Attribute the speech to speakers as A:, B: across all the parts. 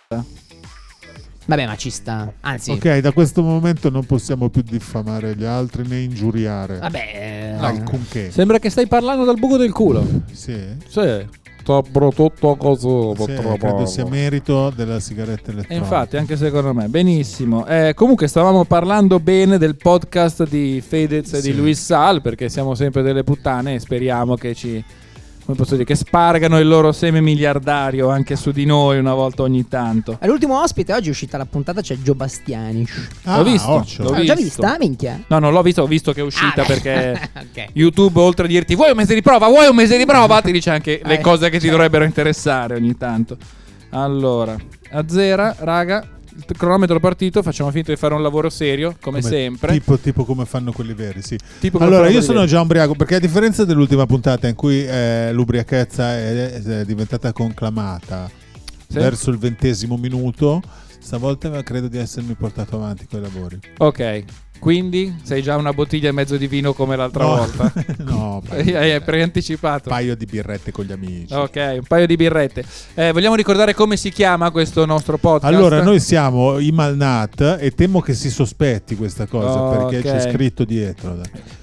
A: Vabbè, ma ci sta. Anzi,
B: Ok, da questo momento non possiamo più diffamare gli altri né ingiuriare.
A: vabbè,
B: Alcunché.
C: Sembra che stai parlando dal buco del culo.
B: Sì.
C: Sì. Soprattutto così.
B: Credo sia merito della sigaretta elettronica.
C: Infatti, anche secondo me. Benissimo. Comunque stavamo parlando bene del podcast di Fedez e di Luis Sal, perché siamo sempre delle puttane e speriamo che come posso dire, che spargano il loro seme miliardario anche su di noi una volta ogni tanto.
A: l'ultimo ospite oggi è uscita la puntata, c'è Gio Bastiani.
C: L'ho visto.
B: occhio.
C: L'ho
A: L'ho già
C: visto.
A: vista, minchia.
C: No, non l'ho visto, ho visto che è uscita perché
A: Ok.
C: YouTube, oltre a dirti vuoi un mese di prova, ti dice anche le cose che ti dovrebbero interessare ogni tanto. Allora, azzera, raga, il cronometro partito, facciamo finta di fare un lavoro serio, come sempre.
B: Tipo come fanno quelli veri, sì.
C: Tipo come
B: Allora,
C: fanno
B: io
C: quelli
B: sono
C: veri.
B: già ubriaco, perché a differenza dell'ultima puntata in cui l'ubriachezza è diventata conclamata verso il 20° minuto, stavolta credo di essermi portato avanti coi lavori.
C: Ok, quindi sei già una bottiglia e mezzo di vino come l'altra volta.
B: No,
C: Hai preanticipato.
B: un paio di birrette con gli amici.
C: Ok, un paio di birrette. Vogliamo ricordare come si chiama questo nostro podcast?
B: Allora, noi siamo i Malnat e temo che si sospetti questa cosa perché c'è scritto dietro.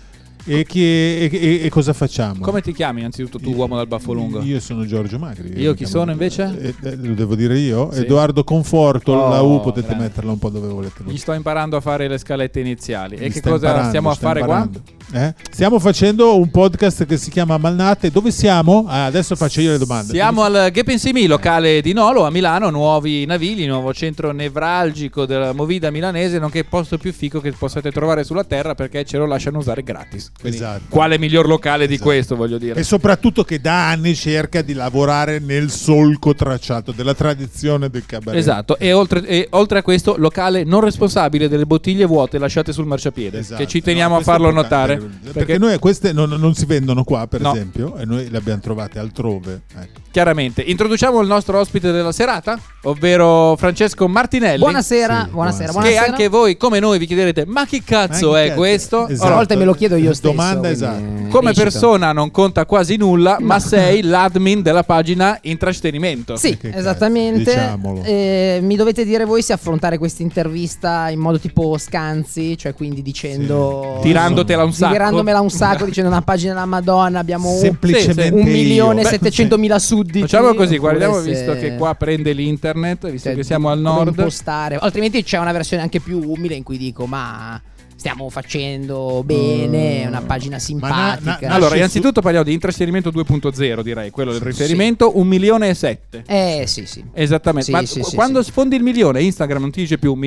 B: E cosa facciamo?
C: Come ti chiami anzitutto tu, uomo dal baffo lungo?
B: Io sono Giorgio Magri.
C: Io chi sono invece?
B: Lo devo dire io?
C: Sì.
B: Edoardo Conforto, la U potete
C: grande.
B: metterla un po' dove volete.
C: Gli sto imparando a fare le scalette iniziali. E
B: Mi
C: che
B: sta
C: cosa
B: imparando,
C: stiamo a
B: sta
C: fare
B: imparando.
C: qua?
B: Stiamo facendo un podcast che si chiama Malnate. Dove siamo? Adesso faccio io le domande.
C: Siamo al Gepensimi, locale di Nolo a Milano, nuovi navili, nuovo centro nevralgico della movida milanese, nonché posto più fico che possiate trovare sulla terra perché ce lo lasciano usare gratis. Quindi,
B: Esatto.
C: quale miglior locale di questo, voglio dire.
B: E soprattutto che da anni cerca di lavorare nel solco tracciato della tradizione del cabaret.
C: Esatto, e oltre a questo, locale non responsabile delle bottiglie vuote lasciate sul marciapiede,
B: Esatto.
C: che ci teniamo a
B: questo è
C: farlo
B: importante,
C: notare.
B: perché noi queste non si vendono qua, per
C: No.
B: esempio, e noi le abbiamo trovate altrove. Ecco.
C: Chiaramente, introduciamo il nostro ospite della serata, ovvero Francesco Martinelli.
A: Buonasera,
B: Sì,
A: buonasera,
C: Che
A: buonasera.
C: anche voi, come noi, vi chiederete: ma chi cazzo
B: Ma chi
C: è
B: cazzo?
C: questo?
B: Esatto.
A: A volte me lo chiedo io stesso.
B: Domanda
A: quindi
B: esatta.
A: è
C: Come
A: lecito.
C: persona non conta quasi nulla, ma sei l'admin della pagina Intrastenimento.
A: Sì,
B: Che
A: esattamente.
B: diciamolo.
A: Mi dovete dire voi se affrontare questa intervista in modo tipo Scanzi, cioè quindi dicendo
C: Tirandotela un sacco.
A: tirandomela un sacco, dicendo una pagina della Madonna, abbiamo
B: Semplicemente
C: Sì,
A: 1.700.000 sudditi.
C: Facciamo così, guardiamo,
A: oppure
C: visto
A: se-
C: che qua prende l'internet, visto
A: cioè,
C: che siamo al
A: come
C: nord.
A: impostare. Altrimenti c'è una versione anche più umile in cui dico ma stiamo facendo bene, è una pagina simpatica.
B: nasce
C: Allora,
B: su-
C: innanzitutto parliamo di Intrastenimento 2.0, direi, quello del riferimento, 1.700.000.
A: Sì.
C: Esattamente,
A: Sì,
C: ma
A: sì, sì,
C: quando
A: sì.
C: sfondi il milione, Instagram non ti dice più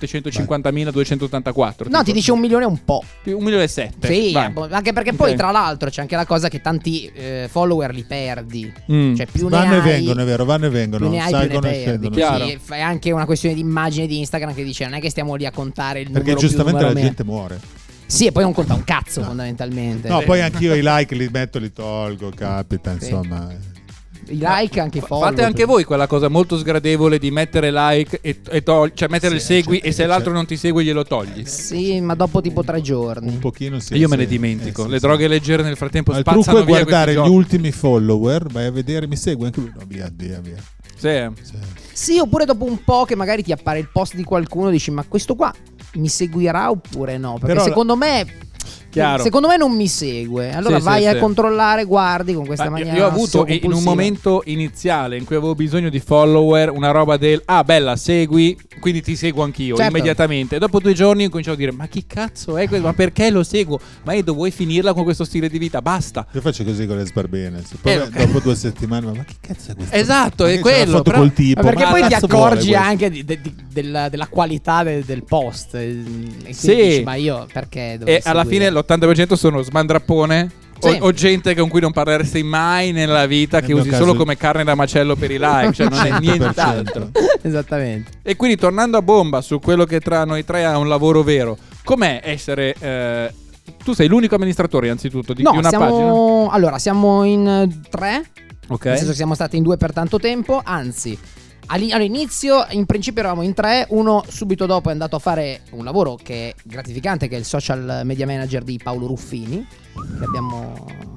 C: 1.750.284.
A: No, ti dice 1 milione e un po'.
C: 1.700.000.
A: Sì,
C: vai.
A: anche perché
C: Ok.
A: poi tra l'altro c'è anche la cosa che tanti follower li perdi.
C: Mm.
A: Cioè più
B: Vanno
A: ne
B: e
A: hai,
B: vengono, è vero, vanno e vengono.
A: più ne hai,
B: Salgono
A: più ne
B: e
A: perdi.
B: scendono.
C: Chiaro.
A: Sì, è anche una questione di immagine di Instagram che dice non è che stiamo lì a contare il
B: Perché
A: numero più
B: giustamente la
A: numero meno.
B: gente muore.
A: Sì, e poi non conta un cazzo fondamentalmente.
B: No, poi anch'io i like li metto, li tolgo, capita, insomma.
A: I like, anche i follow.
C: Fate anche voi quella cosa molto sgradevole di mettere like e cioè mettere il segui e se l'altro non ti segue glielo togli.
A: Sì, ma dopo tipo 3 giorni.
B: Un pochino sì.
C: Io me
B: sì,
C: ne dimentico.
B: sì,
C: Le
B: sì.
C: droghe leggere nel frattempo
B: Ma il
C: spazzano
B: trucco è
C: via
B: guardare gli
C: questi giochi.
B: ultimi follower, vai a vedere, mi segue anche lui. No, via.
C: Sì.
B: Sì.
A: Sì, oppure dopo un po' che magari ti appare il post di qualcuno dici ma questo qua mi seguirà oppure no? Perché
B: Però
A: secondo me
C: Chiaro.
A: secondo me non mi segue. Allora
C: Sì,
A: vai
C: sì,
A: a
C: sì.
A: controllare, guardi con questa
C: Ma
A: maniera.
C: io ho avuto in un
A: compulsiva.
C: momento iniziale in cui avevo bisogno di follower una roba del bella segui, quindi ti seguo anch'io
A: Certo.
C: immediatamente. Dopo 2 giorni incominciavo a dire ma chi cazzo è questo? Ma perché lo seguo? Ma io vuoi finirla con questo stile di vita? Basta.
B: Io faccio così con le sbarbene. Poi
C: ok.
B: dopo 2 settimane, ma che cazzo è questo?
C: Esatto, è
B: Magari c'è la
C: quello,
B: foto
C: però-
B: col tipo.
A: Ma perché
B: ma
A: poi ti
B: cazzo
A: accorgi
B: vuole
A: anche della qualità del post. E
C: Sì.
A: dici, ma io perché dovrei
C: E alla fine
A: seguire?
C: l'80% sono smandrappone
A: Sì.
C: o gente con cui non parleresti mai nella vita, che
B: Nel mio
C: usi
B: caso-
C: solo come carne da macello per i like, cioè non è
B: 100%.
C: nient'altro.
A: Esattamente.
C: E quindi tornando a bomba su quello che tra noi tre è un lavoro vero, com'è essere... tu sei l'unico amministratore innanzitutto di una pagina?
A: Allora, siamo in 3.
C: Ok.
A: Nel senso che siamo stati in 2 per tanto tempo. Anzi, all'inizio in principio eravamo in 3. Uno subito dopo è andato a fare un lavoro che è gratificante, che è il social media manager di Paolo Ruffini, che abbiamo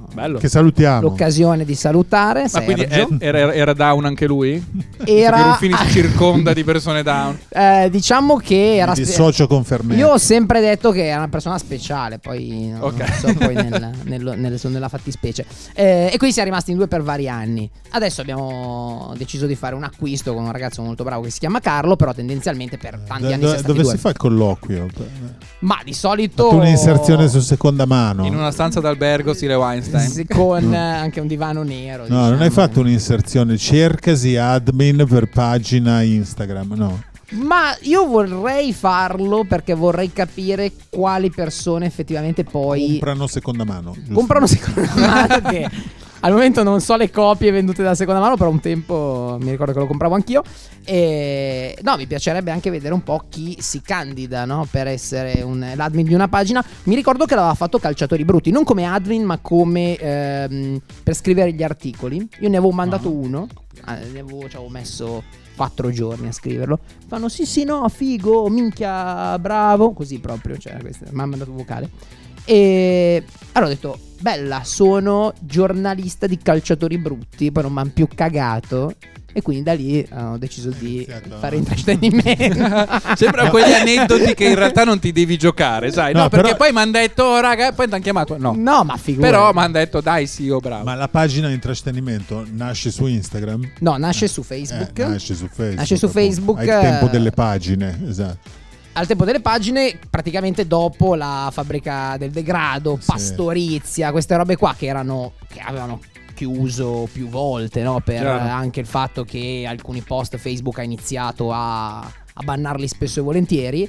C: Bello.
B: Che salutiamo.
A: l'occasione di salutare
C: Ma quindi
A: Sergio.
C: era down anche lui?
A: Era
C: Perché Ruffini si circonda di persone down.
A: diciamo che era
B: Mi dissocio con fermezza.
A: io ho sempre detto che era una persona speciale, poi non
C: Ok.
A: so poi nella fattispecie. E quindi siamo rimasti in due per vari anni. Adesso abbiamo deciso di fare un acquisto con un ragazzo molto bravo che si chiama Carlo, però tendenzialmente per tanti anni siamo stati
B: Dove
A: due.
B: si fa il colloquio?
A: Ma di solito
B: Fatto un'inserzione su seconda mano.
C: In una stanza d'albergo stile Weinstein.
A: sì, con anche un divano nero.
B: No, non hai
A: diciamo.
B: fatto un'inserzione. Cercasi admin per pagina Instagram. No.
A: Ma io vorrei farlo perché vorrei capire quali persone effettivamente poi
B: Comprano seconda mano. giusto?
A: comprano seconda mano. Che al momento non so le copie vendute da seconda mano, però un tempo mi ricordo che lo compravo anch'io. E no, mi piacerebbe anche vedere un po' chi si candida, no? Per essere l'admin di una pagina. Mi ricordo che l'aveva fatto Calciatori Brutti, non come admin, ma come per scrivere gli articoli. Io ne avevo mandato uno, ci avevo messo 4 giorni a scriverlo. Fanno sì, no, figo, minchia, bravo. Così proprio, cioè, questo mi ha mandato un vocale. E allora ho detto, bella, sono giornalista di Calciatori Brutti. Poi non mi hanno più cagato. E quindi da lì ho deciso di
B: iniziato
A: fare intrattenimento.
C: Sembra quegli aneddoti che in realtà non ti devi giocare, sai? No,
B: No,
C: perché
B: però-
C: poi mi hanno detto, oh, raga, poi ti hanno chiamato. No.
A: No, ma figurati.
C: Però mi hanno detto, dai, sì, oh, bravo.
B: Ma la pagina di intrattenimento nasce su Instagram?
A: No, nasce su Facebook.
B: Nasce su Facebook.
A: Nasce su
B: appunto.
A: Facebook,
B: Al tempo delle pagine, esatto.
A: Al tempo delle pagine, praticamente dopo la fabbrica del degrado,
B: Sì.
A: Pastorizia, queste robe qua che avevano chiuso più volte, no? Per
C: Chiaro.
A: anche il fatto che alcuni post Facebook ha iniziato a bannarli spesso e volentieri.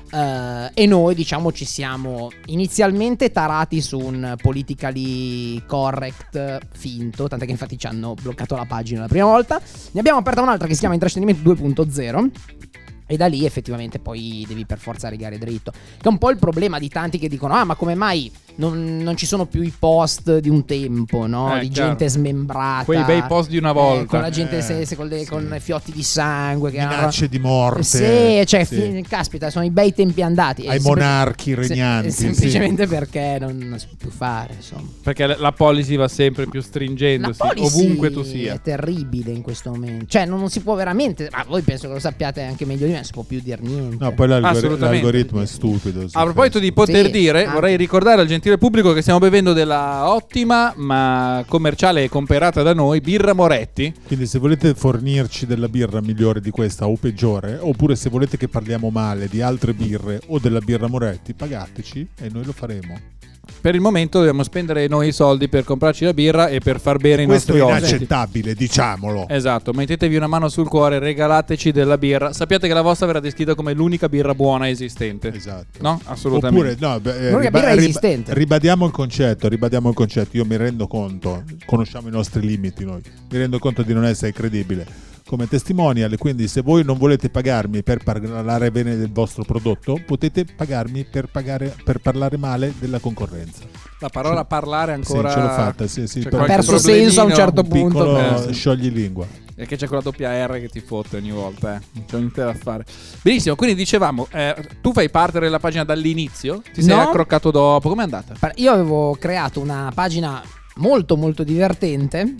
A: E noi, diciamo, ci siamo inizialmente tarati su un politically correct finto, tant'è che infatti ci hanno bloccato la pagina la prima volta. Ne abbiamo aperta un'altra che si chiama Intrattenimento 2.0. E da lì effettivamente poi devi per forza rigare dritto. Che è un po' il problema di tanti che dicono: ah, ma come mai non ci sono più i post di un tempo, no? Di
C: chiaro.
A: gente smembrata.
C: Quei bei post di una volta.
A: Con la gente
B: sì.
A: con fiotti di sangue. Che
B: Minacce di morte.
A: Sì, cioè,
B: Sì.
A: caspita, sono i bei tempi andati.
B: Ai
A: E
B: monarchi regnanti.
A: semplicemente perché non si può più fare, insomma.
C: Perché la policy va sempre più stringendosi,
A: La policy
C: ovunque tu sia.
A: è terribile in questo momento. Cioè non si può veramente. Ma voi penso che lo sappiate anche meglio di me. Non si può più dire niente.
B: No, poi
C: Assolutamente.
B: l'algoritmo è stupido.
C: A proposito di poter
A: Sì,
C: dire,
A: anche.
C: vorrei ricordare al gentile pubblico che stiamo bevendo della ottima ma commerciale e comperata da noi birra Moretti.
B: Quindi se volete fornirci della birra migliore di questa o peggiore, oppure se volete che parliamo male di altre birre o della birra Moretti, pagateci e noi lo faremo.
C: Per il momento dobbiamo spendere noi i soldi per comprarci la birra e per far bere i
B: Questo
C: nostri
B: è
C: ospiti.
B: inaccettabile, diciamolo.
C: Esatto, mettetevi una mano sul cuore, regalateci della birra. Sappiate che la vostra verrà descritta come l'unica birra buona esistente.
B: Esatto.
C: No? Assolutamente.
B: Oppure, no,
A: L'unica birra esistente.
B: ribadiamo il concetto. Io mi rendo conto, conosciamo i nostri limiti noi, mi rendo conto di non essere credibile come testimonial, quindi se voi non volete pagarmi per parlare bene del vostro prodotto, potete pagarmi per parlare male della concorrenza.
C: La parola parlare ancora.
B: Sì, ce l'ho fatta, sì,
C: c'è
B: però-
A: Ha
C: qualche
A: perso senso a un certo
C: problemino.
A: punto.
B: Piccolo
C: sì.
B: scioglilingua.
C: E che c'è quella doppia R che ti fotte ogni volta, C'è niente da fare. Benissimo, quindi dicevamo, tu fai parte della pagina dall'inizio? Ti sei
A: No.
C: accroccato dopo? Com'è andata?
A: Io avevo creato una pagina molto molto divertente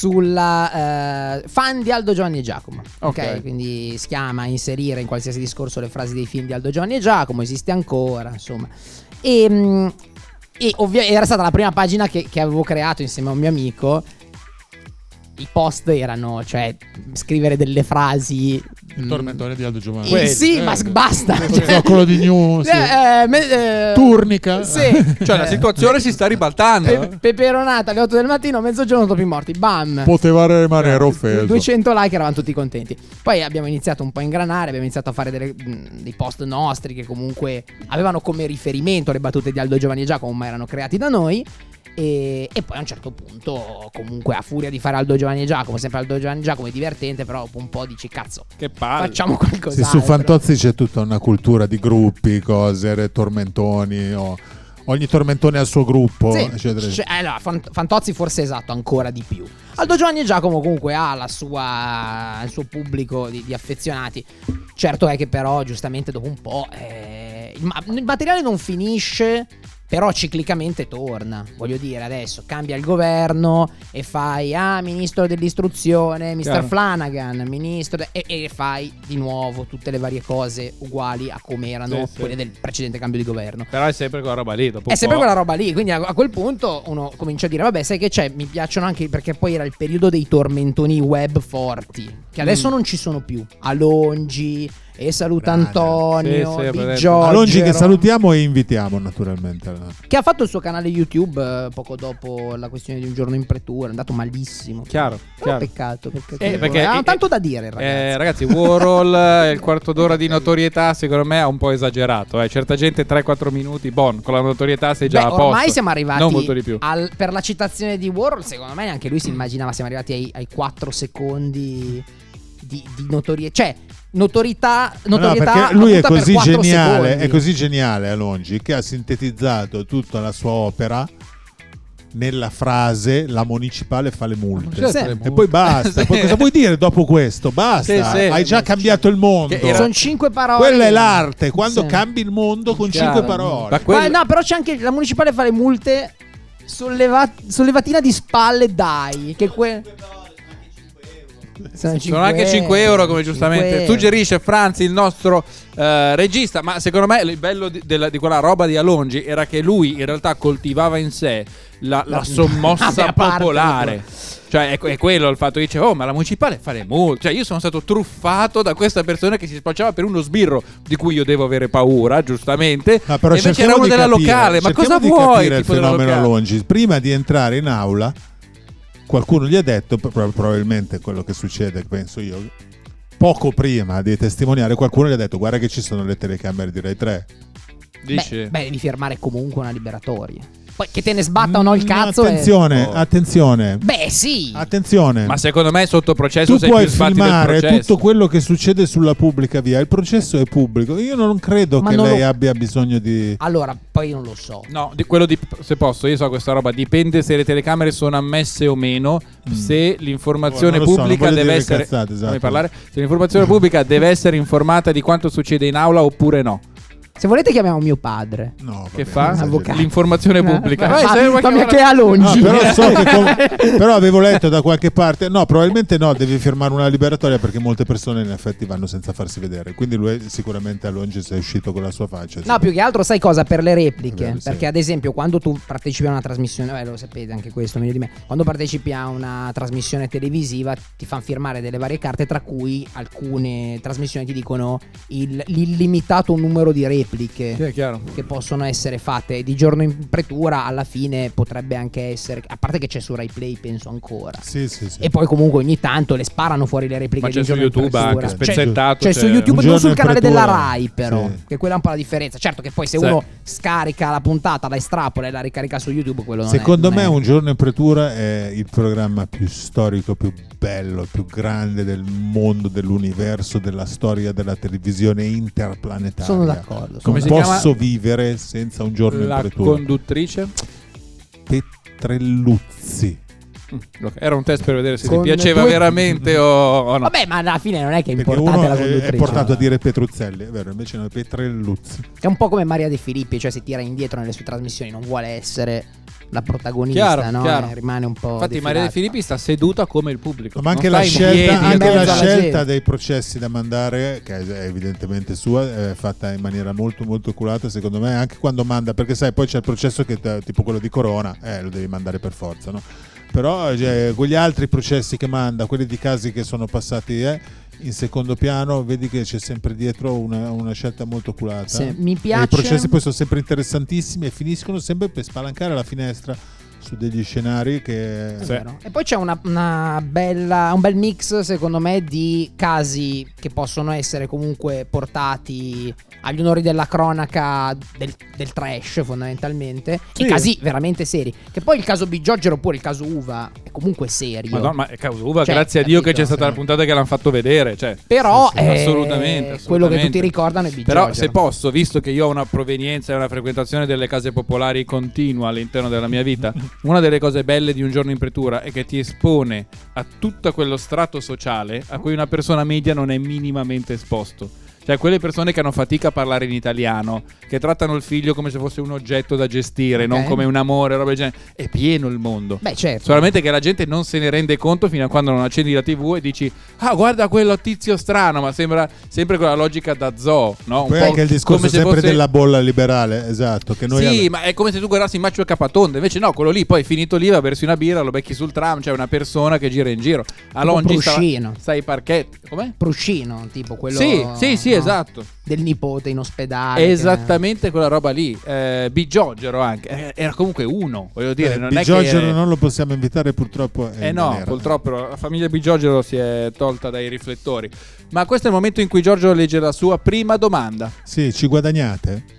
A: sulla fan di Aldo, Giovanni e Giacomo.
C: Ok.
A: Quindi si chiama inserire in qualsiasi discorso le frasi dei film di Aldo, Giovanni e Giacomo. Esiste ancora, insomma. E era stata la prima pagina che avevo creato insieme a un mio amico. I post erano, cioè, scrivere delle frasi.
B: Il tormentone di Aldo Giovanni.
A: Sì, ma basta.
B: Lo zoccolo di news. Turnica.
A: Sì.
C: Cioè la situazione si sta ribaltando.
A: Peperonata alle 8 del mattino, mezzogiorno dopo i morti. Bam.
B: Poteva rimanere offeso.
A: 200 like, eravamo tutti contenti. Poi abbiamo iniziato un po' a ingranare, abbiamo iniziato a fare dei post nostri che comunque avevano come riferimento le battute di Aldo, Giovanni e Giacomo, ma erano creati da noi. E poi a un certo punto, comunque, a furia di fare Aldo, Giovanni e Giacomo, sempre Aldo, Giovanni e Giacomo è divertente, però dopo un po' dici cazzo,
C: Che palle.
A: facciamo
B: Sì,
A: qualcos'altro.
B: su Fantozzi c'è tutta una cultura di gruppi, cose, tormentoni. Ogni tormentone ha il suo gruppo,
A: Sì,
B: eccetera.
A: allora, Fantozzi forse esatto, ancora di più. Aldo, Giovanni e Giacomo comunque ha il suo pubblico di affezionati. Certo è che però giustamente dopo un po' il materiale non finisce, Però ciclicamente torna, voglio dire, adesso cambia il governo e fai ministro dell'istruzione, Mr. Flanagan, ministro e fai di nuovo tutte le varie cose uguali a come erano quelle del precedente cambio di governo.
C: Però è sempre quella roba lì, dopo
A: è sempre quella roba lì, quindi a quel punto uno comincia a dire vabbè, sai che c'è, mi piacciono anche, perché poi era il periodo dei tormentoni web forti che adesso non ci sono più. Alongi e saluta Antonio, Biggio,
B: Alongi, che salutiamo e invitiamo naturalmente,
A: che ha fatto il suo canale YouTube poco dopo la questione di Un giorno in pretura, è andato malissimo.
C: Chiaro.
A: Peccato perché ha tanto da dire il ragazzo.
C: Ragazzi, Warhol il quarto d'ora di notorietà secondo me ha un po' esagerato, certa gente 3-4 minuti con la notorietà sei già a posto.
A: Ormai siamo arrivati
C: non molto di più.
A: Per la citazione di Warhol, secondo me neanche lui si immaginava, siamo arrivati ai 4 secondi di notorietà, cioè notorietà
B: perché lui è così geniale,
A: secondi.
B: è così geniale Alongi, che ha sintetizzato tutta la sua opera nella frase la municipale fa le multe. E poi basta. Poi cosa vuoi dire dopo questo? Basta. Hai già cambiato il mondo.
A: Sono 5 parole.
B: Quella è l'arte, quando cambi il mondo con 5 parole.
A: No, però c'è anche la municipale fa le multe, sollevatina di spalle, dai, che
C: sono anche 5 euro, come giustamente suggerisce Franzi, il nostro regista. Ma secondo me il bello di quella roba di Alongi era che lui in realtà coltivava in sé la sommossa popolare. Cioè è quello il fatto che dice ma la municipale fa le multe. Cioè io sono stato truffato da questa persona che si spacciava per uno sbirro di cui io devo avere paura, giustamente.
B: Però
C: e invece era uno della locale. Ma cosa vuoi?
B: Il fenomeno Alongi, prima di entrare in aula qualcuno gli ha detto, probabilmente quello che succede, penso io, poco prima di testimoniare, qualcuno gli ha detto guarda che ci sono le telecamere di Rai 3.
A: Beh, devi firmare comunque una liberatoria. Poi che te ne sbatta o no il cazzo.
B: Attenzione.
A: Beh sì.
B: Attenzione.
C: Ma secondo me sotto processo
B: tu puoi filmare tutto quello che succede sulla pubblica via. Il processo è pubblico. Io non credo che lei abbia bisogno di.
A: Allora, poi non lo so.
C: No, se posso, io so questa roba. Dipende se le telecamere sono ammesse o meno. Se l'informazione pubblica deve essere. Fammi parlare. Se l'informazione pubblica deve essere informata di quanto succede in aula oppure no.
A: Se volete chiamiamo mio padre.
B: No,
C: che fa? L'informazione pubblica.
A: Che è Alongi.
B: Però avevo letto da qualche parte. No, probabilmente no, devi firmare una liberatoria perché molte persone in effetti vanno senza farsi vedere. Quindi lui sicuramente Alongi si è uscito con la sua faccia.
A: No, più che altro sai cosa? Per le repliche. Perché ad esempio quando tu partecipi a una trasmissione, lo sapete anche questo meglio di me, quando partecipi a una trasmissione televisiva ti fanno firmare delle varie carte, tra cui alcune trasmissioni ti dicono l'illimitato numero di repliche che possono essere fatte di giorno in pretura. Alla fine potrebbe anche essere, a parte che c'è su Rai Play penso ancora,
B: sì.
A: E poi comunque ogni tanto le sparano fuori le repliche.
C: Ma
A: di
C: c'è
A: giorno
C: su YouTube
A: in
C: anche spezzettato,
A: c'è su YouTube, non sul canale della
B: pretura.
A: Rai però, che quella è un po' la differenza. Certo che poi se uno scarica la puntata, la estrapola e la ricarica su YouTube, quello non
B: secondo
A: è,
B: me Un giorno in pretura è il programma più storico, più bello, più grande del mondo, dell'universo, della storia della televisione interplanetaria.
A: Sono d'accordo.
B: Non posso vivere senza Un giorno in pretura.
C: La conduttrice
B: Petrelluzzi.
C: Era un test per vedere se ti piaceva veramente o no.
A: Vabbè, ma alla fine non è che è
B: Perché
A: importante
B: uno
A: la conduttrice.
B: è portato a dire Petruzzelli, è vero, invece no, Petrelluzzi.
A: È un po' come Maria De Filippi, cioè si tira indietro nelle sue trasmissioni, non vuole essere la protagonista,
C: chiaro.
A: Rimane un po'.
C: Infatti Maria De Filippi sta seduta come il pubblico.
B: Ma anche la scelta dei processi da mandare, che è evidentemente sua, è fatta in maniera molto molto curata, secondo me, anche quando manda, perché sai, poi c'è il processo che tipo quello di Corona, lo devi mandare per forza, no? Però quegli altri processi che manda, quelli di casi che sono passati in secondo piano, vedi che c'è sempre dietro una scelta molto curata.
A: Sì, mi piace.
B: E i processi poi sono sempre interessantissimi e finiscono sempre per spalancare la finestra su degli scenari che
A: E poi c'è un bel mix secondo me di casi che possono essere comunque portati agli onori della cronaca del trash fondamentalmente, e casi veramente seri, che poi il caso Bigiogero oppure il caso Uva è comunque serio.
C: Madonna, ma il caso Uva, grazie a Dio che c'è stata la puntata che l'hanno fatto vedere, cioè,
A: però
C: assolutamente
A: quello che tutti ricordano è Bigiogero.
C: Però se posso, visto che io ho una provenienza e una frequentazione delle case popolari continua all'interno della mia vita, una delle cose belle di Un giorno in pretura è che ti espone a tutto quello strato sociale a cui una persona media non è minimamente esposto. Cioè quelle persone che hanno fatica a parlare in italiano, che trattano il figlio come se fosse un oggetto da gestire, non come un amore, roba del genere. È pieno il mondo.
A: Beh, certo.
C: Solamente che la gente non se ne rende conto fino a quando non accendi la TV e dici ah, guarda quello tizio strano, ma sembra sempre quella logica da zoo, no?
B: Poi anche il discorso sempre della bolla liberale, esatto, che noi
C: sì, ma è come se tu guardassi in Macio Capatonda, invece no, quello lì poi finito lì va a bersi una birra, lo becchi sul tram, c'è una persona che gira in giro. A Longi stai ai parchetti. Com'è?
A: Pruscino, tipo quello.
C: Sì,
A: no,
C: esatto.
A: Del nipote in ospedale.
C: Esattamente quella roba lì. Bigiogero anche. Era comunque uno, voglio dire. Non
B: Bigiogero
C: è che
B: non lo possiamo invitare purtroppo.
C: No, purtroppo la famiglia Bigiogero si è tolta dai riflettori. Ma questo è il momento in cui Giorgio legge la sua prima domanda.
B: Sì, ci guadagnate?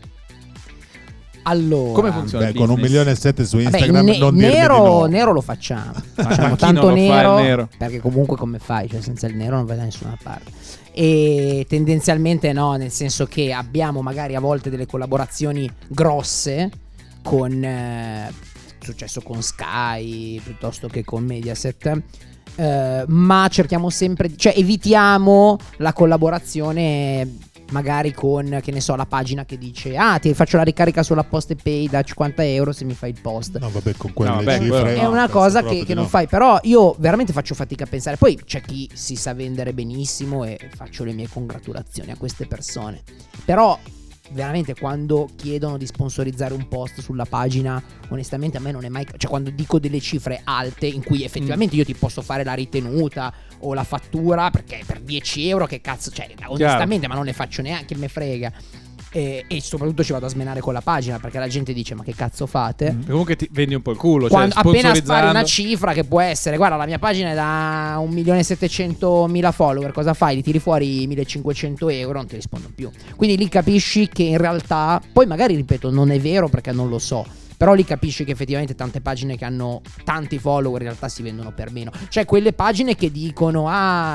A: Allora,
C: come funziona?
B: Con 1,7 milioni su Instagram non
A: nero lo facciamo tanto
C: nero,
A: perché comunque come fai? Cioè senza il nero non vai da nessuna parte. E tendenzialmente no, nel senso che abbiamo magari a volte delle collaborazioni grosse con successo con Sky piuttosto che con Mediaset, ma cerchiamo sempre, cioè evitiamo la collaborazione magari con, che ne so, la pagina che dice ti faccio la ricarica sulla Postepay da 50 euro se mi fai il post.
B: No, vabbè, con quelle cifre
A: è una cosa che non fai. Però io veramente faccio fatica a pensare. Poi c'è chi si sa vendere benissimo e faccio le mie congratulazioni a queste persone. Però veramente quando chiedono di sponsorizzare un post sulla pagina, onestamente a me non è mai, cioè quando dico delle cifre alte in cui effettivamente io ti posso fare la ritenuta o la fattura, perché per 10 euro che cazzo, cioè onestamente, ma non ne faccio neanche, me frega. E soprattutto ci vado a smenare con la pagina, perché la gente dice ma che cazzo fate?
C: Comunque ti vendi un po' il culo,
A: quando, cioè, appena spari una cifra che può essere, guarda la mia pagina è da 1.700.000 follower, cosa fai? Li tiri fuori 1.500 euro, non ti rispondo più. Quindi lì capisci che in realtà, poi magari ripeto non è vero perché non lo so, però lì capisci che effettivamente tante pagine che hanno tanti follower in realtà si vendono per meno. Cioè quelle pagine che dicono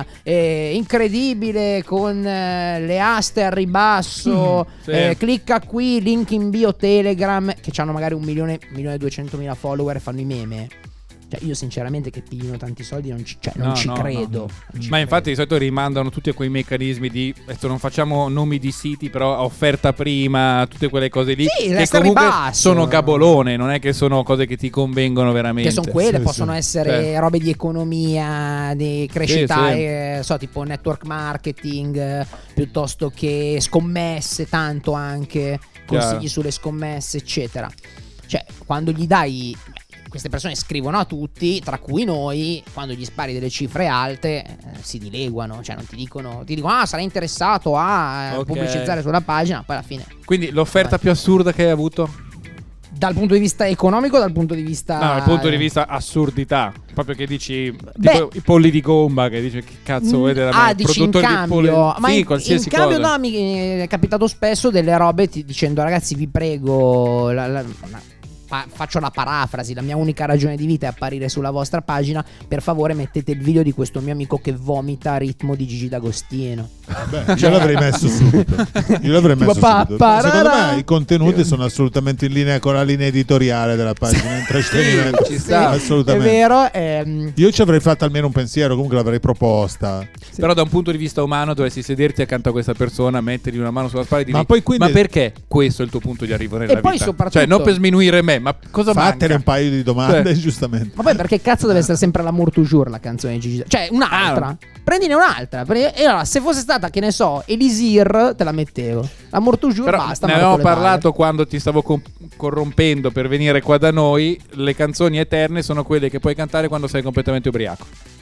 A: incredibile con le aste al ribasso,
C: sì.
A: Clicca qui, link in bio Telegram, che hanno magari 1.200.000 follower e fanno i meme. Cioè io sinceramente che pigliano tanti soldi non ci credo.
C: Ma infatti di solito rimandano tutti a quei meccanismi di adesso non facciamo nomi di siti, però offerta prima, tutte quelle cose lì,
A: sì,
C: che comunque sono gabolone, non è che sono cose che ti convengono veramente.
A: Che sono quelle, possono essere robe di economia, di crescita, tipo network marketing, piuttosto che scommesse, tanto anche consigli sulle scommesse, eccetera. Cioè quando gli dai, queste persone scrivono a tutti, tra cui noi, quando gli spari delle cifre alte si dileguano, cioè non ti dicono sarai interessato a pubblicizzare sulla pagina, poi alla fine.
C: Quindi l'offerta più assurda che hai avuto?
A: Dal punto di vista economico o dal punto di vista...
C: No, dal punto di vista assurdità, proprio che dici tipo i polli di gomma, che dici che cazzo vuoi da me?
A: Dici in cambio, ma
C: sì, qualsiasi
A: in cambio
C: cosa.
A: No, mi è capitato spesso delle robe dicendo ragazzi vi prego, faccio la parafrasi, la mia unica ragione di vita è apparire sulla vostra pagina, per favore mettete il video di questo mio amico che vomita a ritmo di Gigi D'Agostino.
B: Vabbè, io l'avrei messo subito. Secondo me i contenuti sono assolutamente in linea con la linea editoriale della pagina intrattenimento.
C: Ci sta,
B: assolutamente.
A: È vero.
B: Io ci avrei fatto almeno un pensiero, comunque l'avrei proposta.
C: Sì. Però da un punto di vista umano dovresti sederti accanto a questa persona, mettergli una mano sulla spalla e dirgli ma perché questo è il tuo punto di arrivo nella vita?
A: Poi soprattutto,
C: cioè non per sminuire me, ma cosa
B: fatene un paio di domande, giustamente.
A: Ma poi perché cazzo deve essere sempre l'amour toujours la canzone di Gigi? Cioè un'altra, prendine un'altra. E allora se fosse stata, che ne so, Elisir, te la mettevo. L'amour toujours,
C: però
A: basta.
C: Ne avevamo parlato quando ti stavo corrompendo per venire qua da noi. Le canzoni eterne sono quelle che puoi cantare quando sei completamente ubriaco.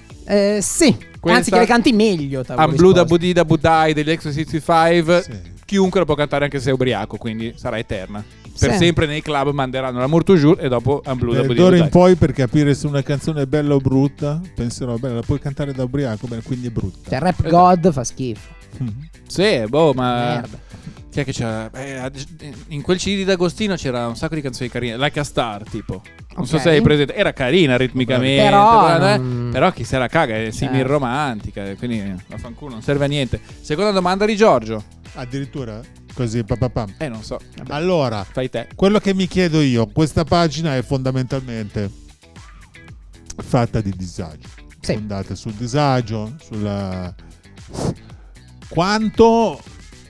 A: Sì. Anzi che le canti meglio.
C: Ambluda Budida Budai degli Extra 65. Sì. Chiunque lo può cantare anche se è ubriaco, quindi sarà eterna. Per sempre nei club manderanno l'amour toujours e dopo Ambluda Budida
B: d'ora in poi, per capire se una canzone è bella o brutta, penserò bene, la puoi cantare da ubriaco, bene, quindi è brutta.
A: Cioè Rap God fa schifo.
C: Sì, ma
A: merda.
C: Chi è che c'era? In quel CD di D'Agostino c'era un sacco di canzoni carine, Like a Star tipo. Non so se hai presente, era carina ritmicamente, però chi se la caga è simil romantica, quindi vaffanculo, non serve a niente. Seconda domanda di Giorgio.
B: Addirittura così papapam.
C: Non so.
B: Allora,
C: fai te.
B: Quello che mi chiedo io, questa pagina è fondamentalmente fatta di disagio. Fondata sul disagio, sulla quanto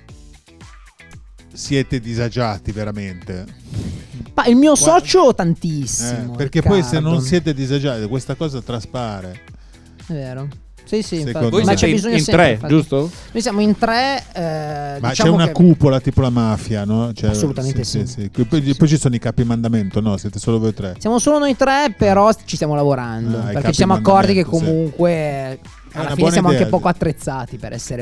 B: siete disagiati veramente?
A: Ma il mio socio tantissimo.
B: Perché
A: Riccardo.
B: poi se non siete disagiati questa cosa traspare.
A: È vero. Sì,
B: Secondo
A: infatti.
C: Voi
B: me.
A: Ma c'è
C: siete
A: bisogno
C: in
A: sempre,
C: tre,
A: infatti.
C: giusto?
A: Noi siamo in tre.
B: Ma
A: diciamo
B: c'è una
A: che-
B: cupola tipo la mafia, no?
A: Assolutamente sì.
B: Poi ci sono i capi mandamento, no? Siete solo voi tre.
A: Siamo solo noi tre, però ci stiamo lavorando.
B: i
A: Perché
B: capi
A: ci siamo accorti che
B: mandamento, sì.
A: comunque alla
B: una
A: fine
B: buona
A: siamo
B: idea,
A: anche poco
B: sì.
A: attrezzati per essere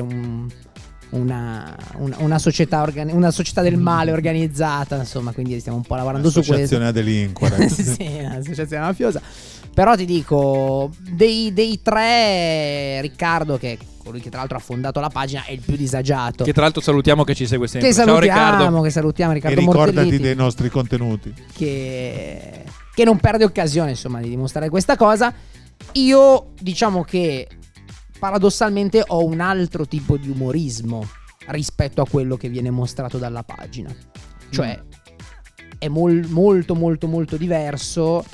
A: una società una società del male organizzata, insomma, quindi stiamo un po' lavorando su questo.
B: Associazione a delinquere.
A: Sì, un'associazione mafiosa. Però ti dico, dei tre, Riccardo, che è colui che tra l'altro ha fondato la pagina, è il più disagiato.
C: Che tra l'altro salutiamo, che ci segue sempre.
A: Che
C: Ciao Riccardo.
A: salutiamo
B: E
A: Riccardo
B: ricordati
A: Mortelliti,
B: dei nostri contenuti.
A: che non perde occasione, insomma, di dimostrare questa cosa. Io diciamo che paradossalmente ho un altro tipo di umorismo rispetto a quello che viene mostrato dalla pagina. Cioè è molto molto molto diverso,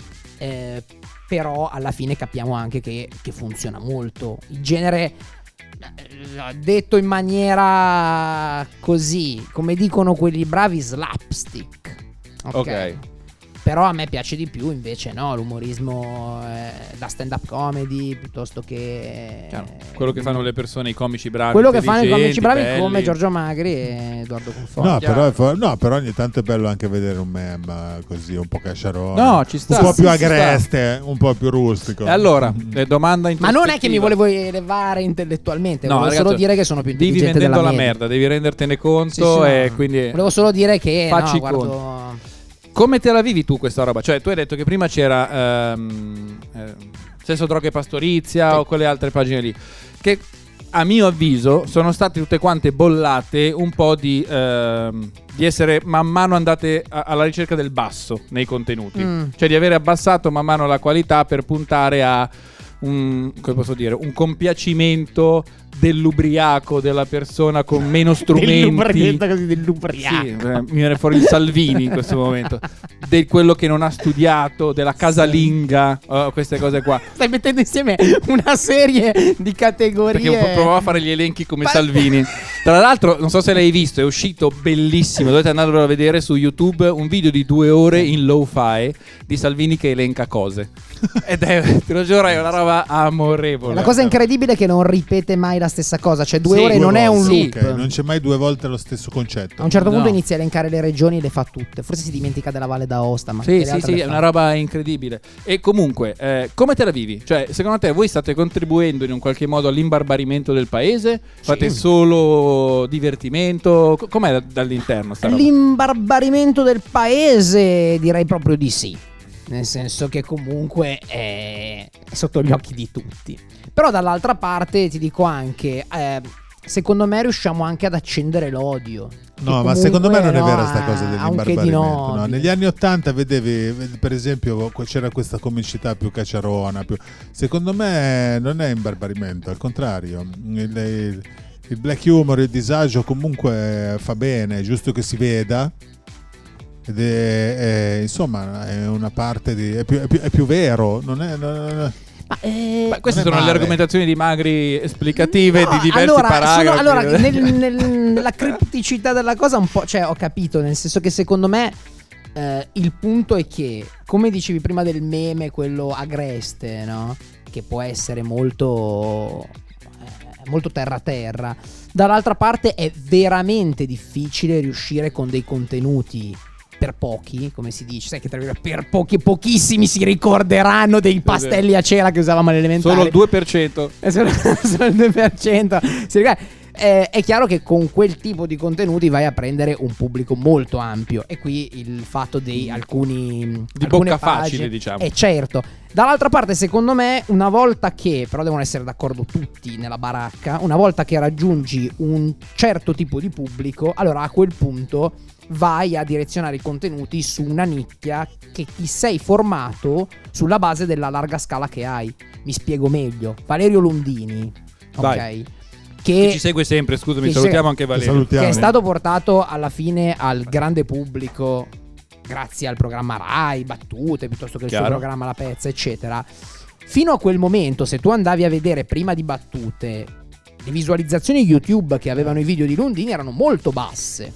A: però alla fine capiamo anche che funziona molto. Il genere, detto in maniera così, come dicono quelli bravi, slapstick.
C: Ok.
A: Però a me piace di più invece, no, l'umorismo da stand-up comedy piuttosto che
C: Chiaro. Quello che fanno le persone, i comici bravi.
A: quello che fanno i comici bravi,
C: belli.
A: come Giorgio Magri e Edoardo Conforti.
B: Però ogni tanto è bello anche vedere un meme così un po' cacciarone.
C: No, ci sta.
B: Un po'
C: Sì,
B: più
C: ci sta.
B: agreste, un po' più rustico.
C: E allora, domanda in
A: Ma non è che mi volevo elevare intellettualmente,
C: No,
A: volevo
C: ragazzi,
A: solo dire che sono più
C: vivi
A: intelligente
C: vendendo
A: della
C: la
A: media.
C: merda, devi rendertene conto.
A: Sì, no.
C: E quindi
A: Volevo solo dire che
C: facci
A: no,
C: conto.
A: guardo.
C: Come te la vivi tu questa roba? Cioè, tu hai detto che prima c'era Sesso, Droga e Pastorizia,
A: Sì.
C: o quelle altre pagine lì, che a mio avviso sono state tutte quante bollate un po' di essere man mano andate alla ricerca del basso nei contenuti. Cioè di avere abbassato man mano la qualità per puntare a come posso dire, un compiacimento dell'ubriaco, della persona con meno strumenti.
A: Dell'ubriaco.
C: Sì, mi viene fuori il Salvini in questo momento. Di quello che non ha studiato, della casalinga, queste cose qua.
A: Stai mettendo insieme una serie di categorie.
C: Perché provavo a fare gli elenchi come Salvini. Tra l'altro, non so se l'hai visto, è uscito bellissimo. Dovete andarlo a vedere su YouTube. Un video di 2 ore in lo-fi di Salvini che elenca cose. Ed è, te lo giuro, è una roba amorevole.
A: La cosa incredibile è che non ripete mai la stessa cosa. Cioè, 2
C: Sì,
A: ore
B: 2
A: non è un
B: volte,
A: loop.
B: ok, non c'è mai 2 volte lo stesso concetto.
A: A un certo punto
C: No.
A: inizia a elencare le regioni e le fa tutte. Forse si dimentica della Valle d'Aosta. Ma
C: Sì,
A: tutte le
C: sì,
A: altre
C: sì,
A: le
C: è
A: fa.
C: una roba incredibile. E comunque, come te la vivi? Cioè, secondo te voi state contribuendo in un qualche modo all'imbarbarimento del paese? Fate solo divertimento? Com'è dall'interno sta roba?
A: L'imbarbarimento del paese, direi proprio di sì. Nel senso che comunque è sotto gli occhi di tutti. Però dall'altra parte ti dico anche, secondo me riusciamo anche ad accendere l'odio.
B: No,
A: Che
B: ma secondo me non è
A: comunque,
B: vera sta cosa
A: ha un che di
B: dell'imbarbarimento. No,
A: nobile.
B: negli anni 80 vedevi, per esempio, c'era questa comicità più cacciarona. Secondo me non è imbarbarimento, al contrario. Il black humor, il disagio comunque fa bene, è giusto che si veda. Ed insomma è una parte di è più vero, non è.
C: Beh, queste
B: non è
C: sono le
B: male.
C: argomentazioni di Magri esplicative
A: No,
C: di diversi
A: allora,
C: paragrafi.
A: nella cripticità della cosa un po', cioè ho capito, nel senso che secondo me il punto è che, come dicevi prima del meme, quello agreste, no? Che può essere molto terra, dall'altra parte è veramente difficile riuscire con dei contenuti per pochi, come si dice, sai che per pochissimi si ricorderanno dei pastelli a cera che usavamo all'elementare.
C: Solo il 2%.
A: Solo il 2%. Si ricorda? È chiaro che con quel tipo di contenuti vai a prendere un pubblico molto ampio, e qui il fatto di alcune
C: bocca
A: pagine,
C: facile, diciamo.
A: è certo. Dall'altra parte, secondo me, una volta che, però devono essere d'accordo tutti nella baracca, una volta che raggiungi un certo tipo di pubblico, allora a quel punto vai a direzionare i contenuti su una nicchia che ti sei formato sulla base della larga scala che hai. Mi spiego meglio. Valerio Lundini,
C: Vai.
A: ok,
C: Che ci segue sempre, scusami,
A: che
C: salutiamo anche
B: Ti
C: Valerio.
B: salutiamo.
A: che è stato portato alla fine al grande pubblico grazie al programma Rai, Battute, piuttosto che il
C: Chiaro.
A: suo programma La Pezza, eccetera. Fino a quel momento, se tu andavi a vedere prima di Battute, le visualizzazioni YouTube che avevano i video di Lundini erano molto basse.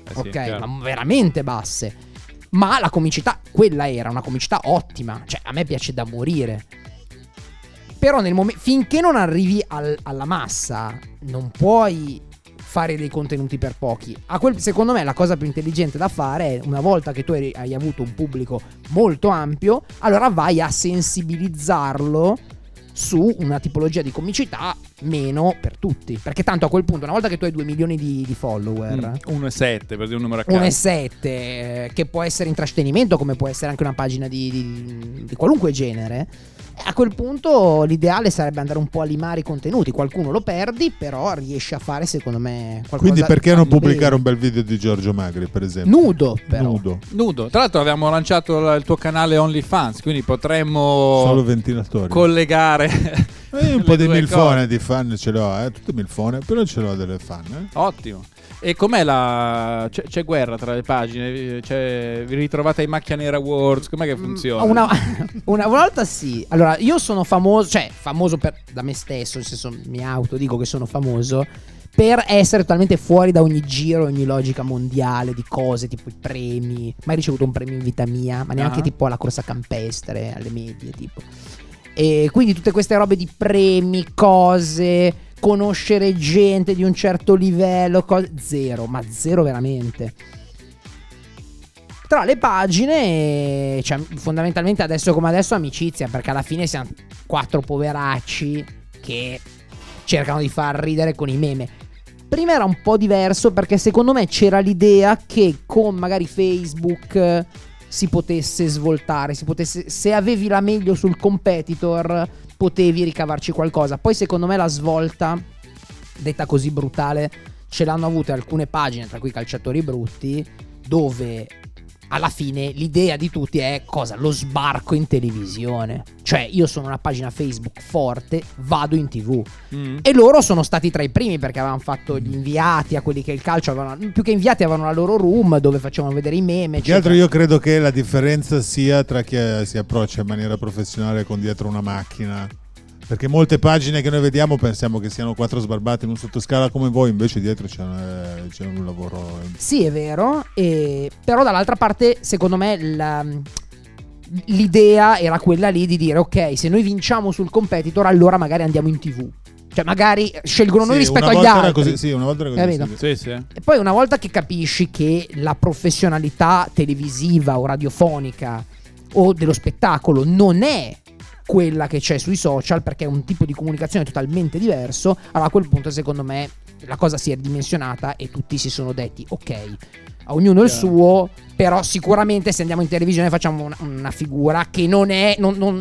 A: ok,
C: chiaro.
A: ma veramente basse. Ma la comicità, quella era una comicità ottima, cioè a me piace da morire. Però finché non arrivi alla massa, non puoi fare dei contenuti per pochi. Secondo me la cosa più intelligente da fare è, una volta che tu hai avuto un pubblico molto ampio, allora vai a sensibilizzarlo su una tipologia di comicità meno per tutti. Perché tanto a quel punto, una volta che tu hai 2 milioni di follower,
C: 1,7 per dire un numero a caso,
A: 1,7 che può essere intrattenimento, come può essere anche una pagina di qualunque genere, a quel punto l'ideale sarebbe andare un po' a limare i contenuti. Qualcuno lo perdi, però riesci a fare, secondo me, qualcosa.
B: Quindi perché non pubblicare
A: bene.
B: un bel video di Giorgio Magri, per esempio?
A: Nudo, però.
C: nudo. Tra l'altro abbiamo lanciato il tuo canale OnlyFans, quindi potremmo
B: Solo ventilatori.
C: collegare
B: Un po' di
C: due
B: milfone
C: cose.
B: di fan ce l'ho, tutte milfone, però ce l'ho delle fan.
C: Ottimo. E com'è c'è guerra tra le pagine? Vi ritrovate ai Macchia Nera Awards? Com'è che funziona?
A: Una volta sì. Allora, io sono famoso, cioè famoso da me stesso, nel senso mi autodico che sono famoso per essere totalmente fuori da ogni giro, ogni logica mondiale di cose, tipo i premi. Mai ricevuto un premio in vita mia, ma neanche tipo alla corsa campestre, alle medie, tipo. E quindi tutte queste robe di premi, cose, conoscere gente di un certo livello, zero, ma zero veramente. Tra le pagine, cioè, fondamentalmente adesso come adesso amicizia, perché alla fine siamo 4 poveracci che cercano di far ridere con i meme. Prima era un po' diverso, perché secondo me c'era l'idea che con magari Facebook si potesse svoltare, se avevi la meglio sul competitor potevi ricavarci qualcosa. Poi secondo me la svolta, detta così brutale, ce l'hanno avute alcune pagine, tra cui Calciatori Brutti, dove alla fine l'idea di tutti è cosa? Lo sbarco in televisione. Cioè io sono una pagina Facebook forte, vado in TV. E loro sono stati tra i primi, perché avevano fatto gli inviati a quelli che il calcio avevano, più che inviati avevano la loro room dove facevano vedere i meme.
B: Che altro io credo che la differenza sia tra chi si approccia in maniera professionale con dietro una macchina. Perché molte pagine che noi vediamo pensiamo che siano 4 sbarbati in un sottoscala come voi, invece dietro c'è un lavoro.
A: Sì, è vero, però dall'altra parte secondo me l'idea era quella lì di dire ok, se noi vinciamo sul competitor allora magari andiamo in TV. Cioè magari scelgono noi rispetto agli altri.
B: Una volta era così.
C: Sì.
A: E poi una volta che capisci che la professionalità televisiva o radiofonica o dello spettacolo non è quella che c'è sui social, perché è un tipo di comunicazione totalmente diverso, allora a quel punto secondo me la cosa si è ridimensionata e tutti si sono detti ok, a ognuno il suo, però sicuramente se andiamo in televisione facciamo una figura che non è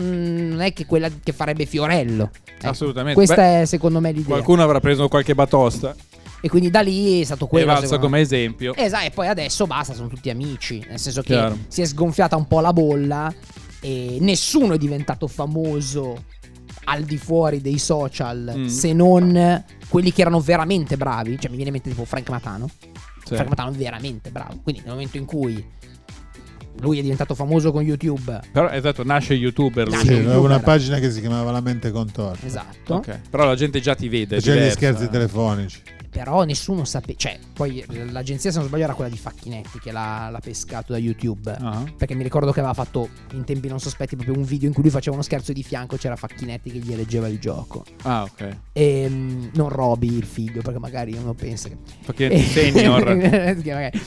A: che quella che farebbe Fiorello.
C: Assolutamente.
A: Questa è secondo me l'idea.
C: Qualcuno avrà preso qualche batosta
A: E quindi da lì è stato quello.
C: E valsa come esempio.
A: Esatto, e poi adesso basta, sono tutti amici, nel senso che
C: Chiaro.
A: si è sgonfiata un po' la bolla e nessuno è diventato famoso al di fuori dei social, se non quelli che erano veramente bravi. Cioè mi viene in mente tipo Frank Matano.
C: Sì.
A: Frank Matano è veramente bravo. Quindi nel momento in cui lui è diventato famoso con YouTube,
C: Però esatto, nasce youtuber lui.
A: Nasce
B: Sì,
A: youtuber.
B: aveva una pagina che si chiamava La Mente Contorta.
A: esatto.
C: Ok. Però la gente già ti vede. è
B: C'è gli
C: diversa.
B: scherzi telefonici.
A: Però nessuno sapeva. Cioè, poi l'agenzia, se non sbaglio, era quella di Facchinetti che l'ha pescato da YouTube.
C: Ah.
A: Perché mi ricordo che aveva fatto in tempi non sospetti proprio un video in cui lui faceva uno scherzo e di fianco c'era Facchinetti che gli leggeva il gioco.
C: Ah, ok.
A: E non Roby il figlio, perché magari uno pensa che
C: Facchinetti senior.
A: Che magari-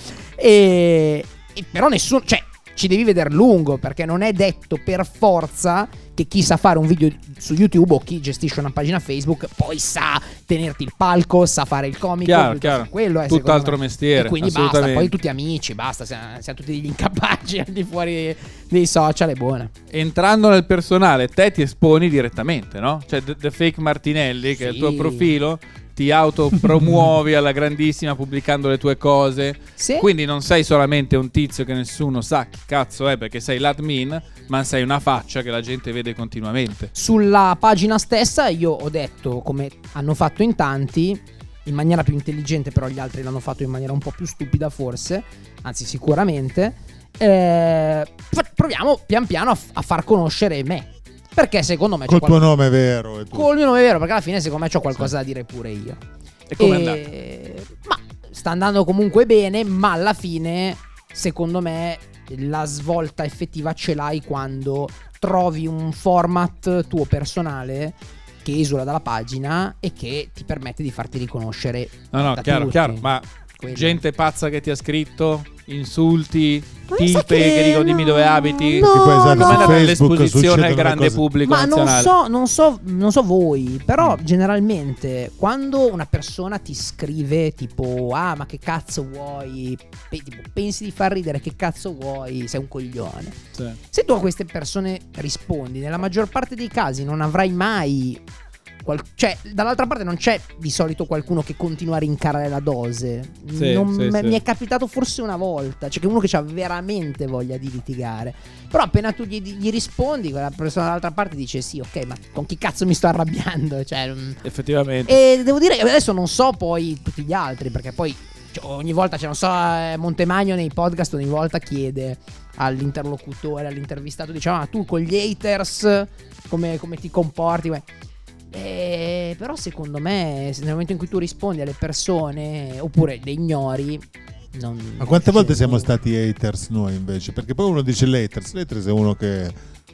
A: e però nessuno, cioè ci devi vedere lungo, perché non è detto per forza che chi sa fare un video su YouTube o chi gestisce una pagina Facebook poi sa tenerti il palco, sa fare il comico.
C: Chiaro.
A: Quello è
C: Tutt'altro
A: secondo me.
C: mestiere,
A: E quindi basta,
C: assolutamente.
A: poi tutti amici, basta, siamo tutti degli incapaci al di fuori dei social, è buona.
C: Entrando nel personale, te ti esponi direttamente, no? Cioè The Fake Martinelli, che è il tuo
A: Sì.
C: profilo, ti autopromuovi alla grandissima pubblicando le tue cose.
A: Sì.
C: Quindi non sei solamente un tizio che nessuno sa chi cazzo è perché sei l'admin, ma sei una faccia che la gente vede continuamente.
A: Sulla pagina stessa io ho detto, come hanno fatto in tanti, in maniera più intelligente, però gli altri l'hanno fatto in maniera un po' più stupida forse, anzi sicuramente, proviamo pian piano a far conoscere me, perché secondo me c'è
B: Col tuo nome vero e tutto.
A: col mio nome vero, perché alla fine secondo me c'ho qualcosa da dire pure io.
C: E come è andata?
A: Ma sta andando comunque bene, ma alla fine secondo me la svolta effettiva ce l'hai quando trovi un format tuo personale che esula dalla pagina e che ti permette di farti riconoscere.
C: No,
A: da
C: chiaro,
A: tutti.
C: chiaro, ma
A: Quello.
C: gente pazza che ti ha scritto, insulti,
A: Ma mi sa
C: tipe che
A: che
C: dicono dimmi dove abiti.
A: no,
B: Tipo, esatto,
A: no.
C: Come
B: su
C: è
B: Facebook
C: l'esposizione
B: succedono
C: al
B: le
C: grande
B: cose.
C: pubblico
A: Ma
C: nazionale?
A: non so voi, però generalmente quando una persona ti scrive tipo ma che cazzo vuoi, tipo, pensi di far ridere, che cazzo vuoi, sei un coglione.
C: Sì.
A: Se tu a queste persone rispondi, nella maggior parte dei casi non avrai mai cioè dall'altra parte non c'è di solito qualcuno che continua a rincarare la dose.
C: Sì, sì.
A: Mi è capitato forse una volta, cioè che uno che ha veramente voglia di litigare, però appena tu gli rispondi, quella persona dall'altra parte dice sì, ok, ma con chi cazzo mi sto arrabbiando, cioè,
C: Effettivamente.
A: e devo dire che adesso non so poi tutti gli altri, perché poi ogni volta, non so, Montemagno nei podcast ogni volta chiede all'interlocutore, all'intervistato, diciamo, ma tu con gli haters come ti comporti? Però secondo me nel momento in cui tu rispondi alle persone oppure le ignori,
B: Ma quante volte siamo stati haters noi invece? Perché poi uno dice l'haters è uno che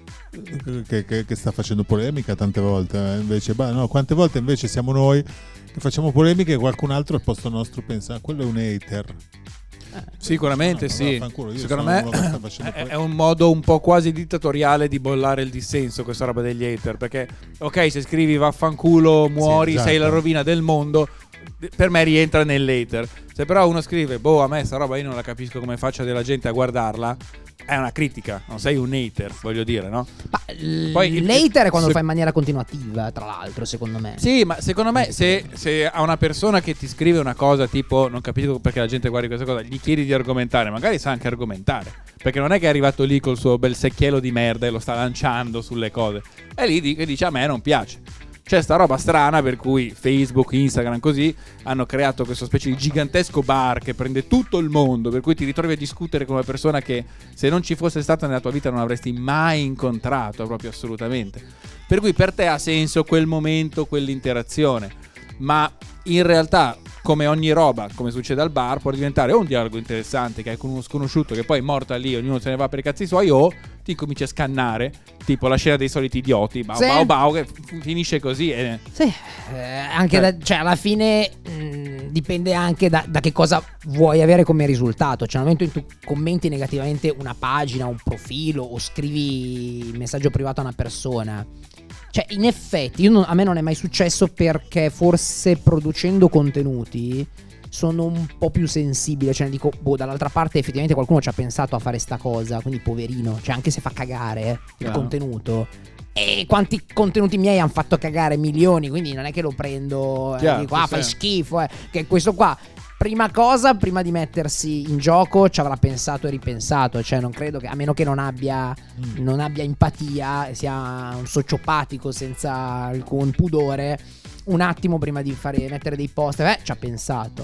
B: sta facendo polemica tante volte, invece no, quante volte invece siamo noi che facciamo polemiche e qualcun altro al posto nostro pensa quello è un hater.
C: Sicuramente
B: No,
C: sì.
B: vaffanculo, io
C: Secondo
B: sono
C: me
B: uno che sta facendo
C: è un modo un po' quasi dittatoriale di bollare il dissenso, questa roba degli hater. Perché, ok, se scrivi vaffanculo, muori,
B: esatto.
C: sei la rovina del mondo, per me rientra nell'hater. Se però uno scrive, a me sta roba io non la capisco come faccia della gente a guardarla, è una critica, non sei un hater, voglio dire, no?
A: Ma
C: Poi
A: l'hater è quando lo fai in maniera continuativa, tra l'altro, secondo me.
C: Sì, ma secondo me se a una persona che ti scrive una cosa tipo non capisco perché la gente guardi questa cosa, gli chiedi di argomentare, magari sa anche argomentare, perché non è che è arrivato lì col suo bel secchiello di merda e lo sta lanciando sulle cose, è lì che dice a me non piace. C'è sta roba strana per cui Facebook, Instagram così hanno creato questa specie di gigantesco bar che prende tutto il mondo, per cui ti ritrovi a discutere con una persona che se non ci fosse stata nella tua vita non avresti mai incontrato, proprio assolutamente. Per cui per te ha senso quel momento, quell'interazione, ma in realtà come ogni roba, come succede al bar, può diventare o un dialogo interessante che hai con uno sconosciuto che poi è morta lì, ognuno se ne va per i cazzi suoi, o ti cominci a scannare, tipo la scena dei soliti idioti, bau, che finisce così.
A: Sì, anche cioè alla fine dipende anche da che cosa vuoi avere come risultato. Cioè nel momento in cui tu commenti negativamente una pagina, un profilo o scrivi messaggio privato a una persona, cioè in effetti a me non è mai successo, perché forse producendo contenuti sono un po' più sensibile, cioè dico, dall'altra parte effettivamente qualcuno ci ha pensato a fare sta cosa, quindi poverino, cioè anche se fa cagare il contenuto. E quanti contenuti miei hanno fatto cagare, milioni, quindi non è che lo prendo e dico fai schifo, che questo qua prima di mettersi in gioco ci avrà pensato e ripensato, cioè non credo che, a meno che non abbia empatia, sia un sociopatico senza alcun pudore, un attimo prima di mettere dei post ci ha pensato.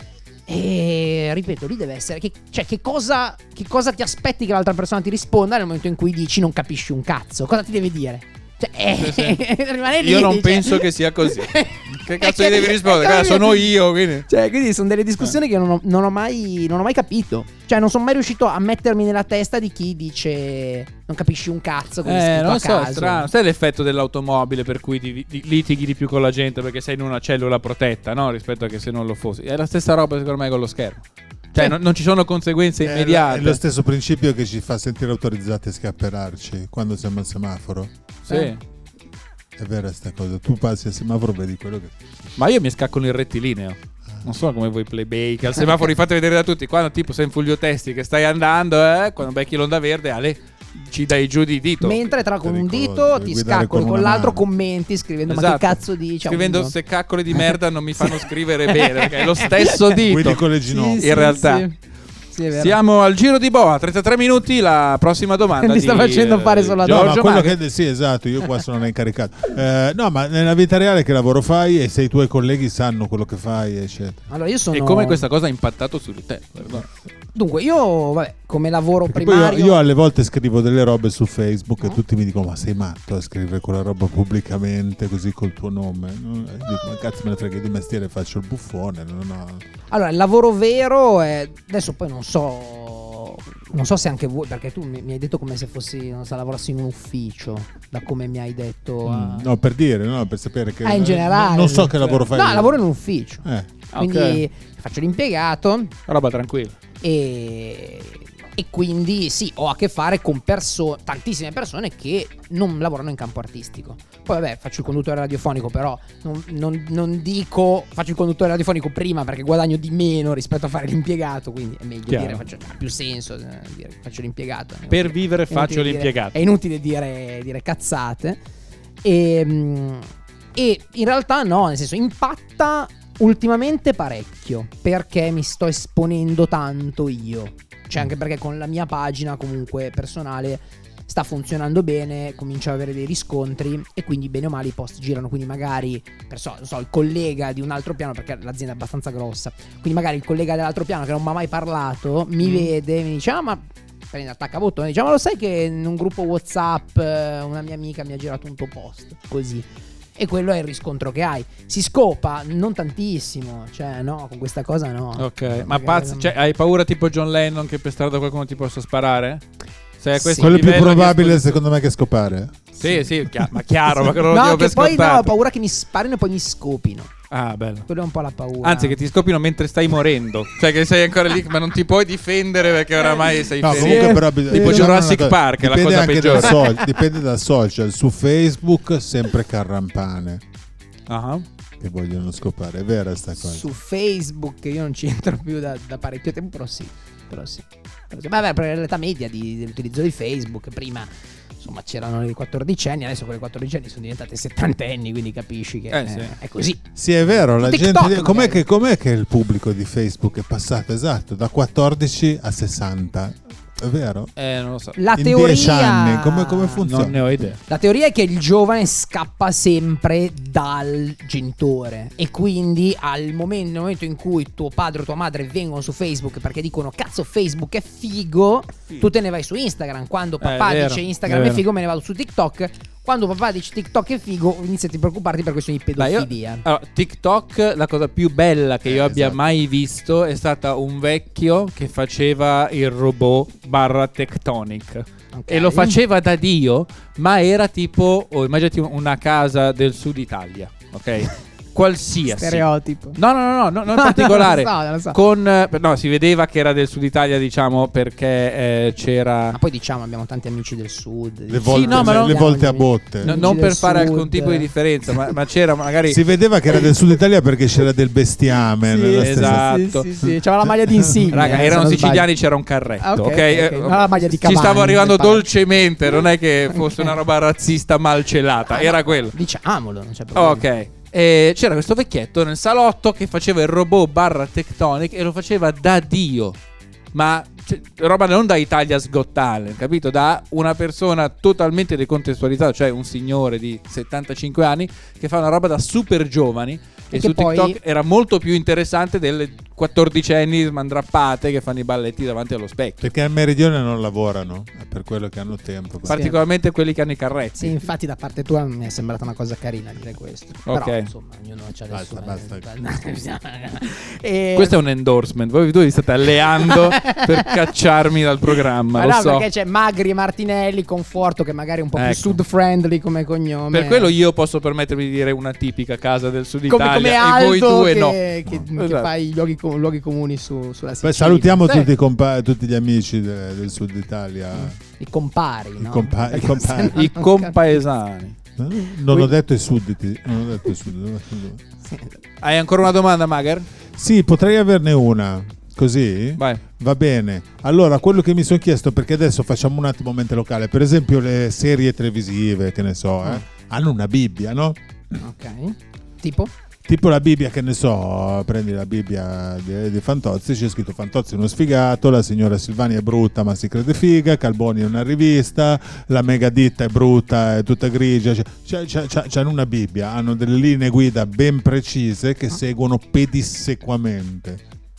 A: E ripeto, lì deve essere che cosa ti aspetti che l'altra persona ti risponda nel momento in cui dici non capisci un cazzo, cosa ti deve dire? Cioè, rimane lì.
C: Io non penso che sia così. Che cazzo gli devi rispondere? Sono io, quindi.
A: Cioè, quindi sono delle discussioni che non ho mai capito. Cioè, non sono mai riuscito a mettermi nella testa di chi dice non capisci un cazzo.
C: Non so, è strano. Sai l'effetto dell'automobile per cui litighi di più con la gente perché sei in una cellula protetta, no? Rispetto a che se non lo fossi. È la stessa roba secondo me con lo schermo. Cioè, non ci sono conseguenze immediate.
B: È lo stesso principio che ci fa sentire autorizzati a scapperarci quando siamo al semaforo.
C: Sì.
B: È vera sta cosa. Tu passi al semaforo, vedi quello che.
C: Ma io mi scacco il rettilineo. Non so come voi plebei che al semaforo fate vedere da tutti. Quando tipo sei in Fulvio Testi che stai andando, quando becchi l'onda verde, ci dai giù di dito.
A: Mentre tra con un dito ti scaccoli, con l'altro commenti scrivendo ma che cazzo dici?
C: Scrivendo se caccole di merda non mi fanno scrivere bene, perché è lo stesso dito.
B: Guidi con le ginocchia.
C: In realtà siamo al giro di boa, 33 minuti, la prossima domanda
A: mi sta facendo fare solo la
C: Giorgio
B: quello sì, esatto, io qua sono incaricato. No, ma nella vita reale che lavoro fai e se i tuoi colleghi sanno quello che fai, eccetera.
A: Allora io sono...
C: E come questa cosa ha impattato su di te?
A: Dunque, io, vabbè, come lavoro
B: Perché poi
A: primario...
B: io alle volte scrivo delle robe su Facebook e tutti mi dicono: ma sei matto a scrivere quella roba pubblicamente così col tuo nome? Dico: ma cazzo me ne frega di mestiere, faccio il buffone, non ho...
A: Allora, il lavoro vero è... Adesso poi non so se anche voi, perché tu mi hai detto come se fossi, non so, lavorassi in un ufficio, da come mi hai detto.
B: No, per dire, no, per sapere che...
A: in generale.
B: Non so che lavoro fai.
A: No, lavoro in un ufficio. Quindi
C: Ok.
A: faccio l'impiegato
C: Roba tranquilla.
A: e quindi sì, ho a che fare con tantissime persone che non lavorano in campo artistico. Poi vabbè, faccio il conduttore radiofonico, però non dico faccio il conduttore radiofonico prima perché guadagno di meno rispetto a fare l'impiegato, quindi è meglio
C: Chiaro.
A: ha più senso dire faccio l'impiegato.
C: Per vivere faccio
A: È
C: l'impiegato.
A: inutile dire cazzate. E in realtà no, nel senso impatta ultimamente parecchio perché mi sto esponendo tanto io. Cioè anche perché con la mia pagina comunque personale sta funzionando bene, comincio ad avere dei riscontri e quindi bene o male i post girano, quindi magari non so, il collega di un altro piano, perché l'azienda è abbastanza grossa, quindi magari il collega dell'altro piano che non mi ha mai parlato mi vede, mi dice ma prende attacca bottone, dice ma lo sai che in un gruppo WhatsApp una mia amica mi ha girato un tuo post così. E quello è il riscontro che hai. Si scopa non tantissimo, cioè no, con questa cosa no.
C: Ok, ma pazzo, cioè, hai paura tipo John Lennon che per strada qualcuno ti possa sparare? Se è questo
B: Quello è più
C: livello di
B: probabile
C: esposizione-
B: secondo me che scopare.
C: Sì, ma chiaro, ma che non lo
A: No,
C: dico per
A: che poi no, ho
C: scontato.
A: paura che mi sparino e poi mi scopino.
C: Ah, bello.
A: Quello è un po' la paura.
C: Anzi, che ti scopino mentre stai morendo. Cioè, che sei ancora lì, ma non ti puoi difendere perché oramai sei
B: No,
C: ferito.
B: comunque però
C: Tipo Jurassic Park, è la
B: dipende
C: cosa
B: anche
C: peggiore.
B: dipende dal social. Su Facebook sempre carrampane
C: Ah.
B: che vogliono scopare, è vera sta cosa.
A: Su Facebook io non ci entro più da parecchio tempo, però sì. Vabbè, per l'età media dell'utilizzo di Facebook, prima insomma c'erano i 14enni, adesso quelle 14enni sono diventate 70enni, quindi capisci che
C: Sì.
A: è così.
B: Sì, è vero, la
A: TikTok,
B: gente
A: magari.
B: com'è che il pubblico di Facebook è passato esatto da 14 a 60? È vero?
C: Non lo so.
A: La
B: In
A: teoria
B: 10 anni come funziona?
C: Non ne ho idea.
A: La teoria è che il giovane scappa sempre dal genitore e quindi nel momento in cui tuo padre o tua madre vengono su Facebook perché dicono cazzo Facebook è figo, tu te ne vai su Instagram. Quando papà
C: vero,
A: dice Instagram
C: è
A: è
C: vero.
A: figo me ne vado su TikTok. Quando papà dice TikTok è figo iniziati a preoccuparti per questioni di
C: Dai,
A: pedofilia.
C: allora, TikTok, la cosa più bella che io abbia
B: esatto.
C: mai visto è stata un vecchio che faceva il robot / Tectonic.
A: Ok.
C: E lo faceva da Dio, ma era tipo, immaginati una casa del sud Italia, ok? Qualsiasi.
A: Stereotipo.
C: No, non in particolare.
A: Non lo so.
C: No, si vedeva che era del sud Italia, diciamo, perché c'era.
A: Ma poi diciamo abbiamo tanti amici del sud.
B: Le volte,
C: no, ma non-
B: le volte a botte.
C: No,
A: Amici
C: non
A: del
C: per fare
A: sud.
C: alcun tipo di differenza, ma c'era magari.
B: Si vedeva che era del sud Italia perché c'era del bestiame nella stessa-
C: esatto.
A: Sì. C'era la maglia di insigne.
C: Raga,
A: se
C: erano
A: non
C: siciliani, c'era un carretto,
A: Ah, ok,
C: ok?
A: ok. Non la maglia di
C: Ci
A: Cavani,
C: stavo arrivando
A: del Parma.
C: dolcemente, non è che fosse una roba razzista malcelata, era quello.
A: Diciamolo, non c'è problema.
C: Ok. E c'era questo vecchietto nel salotto che faceva il robot / Tectonic e lo faceva da Dio. Ma roba non da Italia's Got Talent, capito? Da una persona totalmente decontestualizzata, cioè un signore di 75 anni che fa una roba da super giovani. E
A: E
C: su
A: che poi-
C: TikTok era molto più interessante delle 14enni smandrappate che fanno i balletti davanti allo specchio.
B: Perché al meridione non lavorano, è per quello che hanno tempo.
C: Particolarmente quelli che hanno i carretti.
A: Sì, infatti da parte tua mi è sembrata una cosa carina dire questo.
C: Ok.
A: Però insomma, ognuno c'ha le
B: Basta,
A: sue. E...
C: Questo è un endorsement. Voi due vi state alleando per cacciarmi dal programma.
A: Ma
C: Lo
A: no,
C: so.
A: perché c'è Magri e Martinelli, Conforto, che magari è un po' più
C: Ecco.
A: sud friendly come cognome.
C: Per quello io posso permettermi di dire una tipica casa del sud
A: come
C: Italia
A: Aldo
C: e voi due
A: che,
C: no.
A: che
C: Esatto.
A: fa i luoghi comuni sulla Sicilia.
B: Beh, salutiamo
C: Sì.
B: tutti gli amici del sud Italia.
A: I compari, no?
B: compa- i
A: Perché
B: compari.
A: se no
C: I
A: non
C: compaesani.
B: Non ho detto i sudditi. Non ho detto i sudditi.
C: Hai ancora una domanda, Mager?
B: Sì, potrei averne una. Così?
C: Vai.
B: Va bene. Allora, quello che mi sono chiesto, perché adesso facciamo un attimo mente locale, per esempio le serie televisive, che ne so, hanno una Bibbia, no?
A: Ok. Tipo?
B: Tipo la Bibbia, che ne so, prendi la Bibbia di Fantozzi, c'è scritto Fantozzi è uno sfigato, la signora Silvani è brutta ma si crede figa, Calboni è una rivista, la megaditta è brutta, è tutta grigia, c'hanno una Bibbia, hanno delle linee guida ben precise che seguono pedissequamente.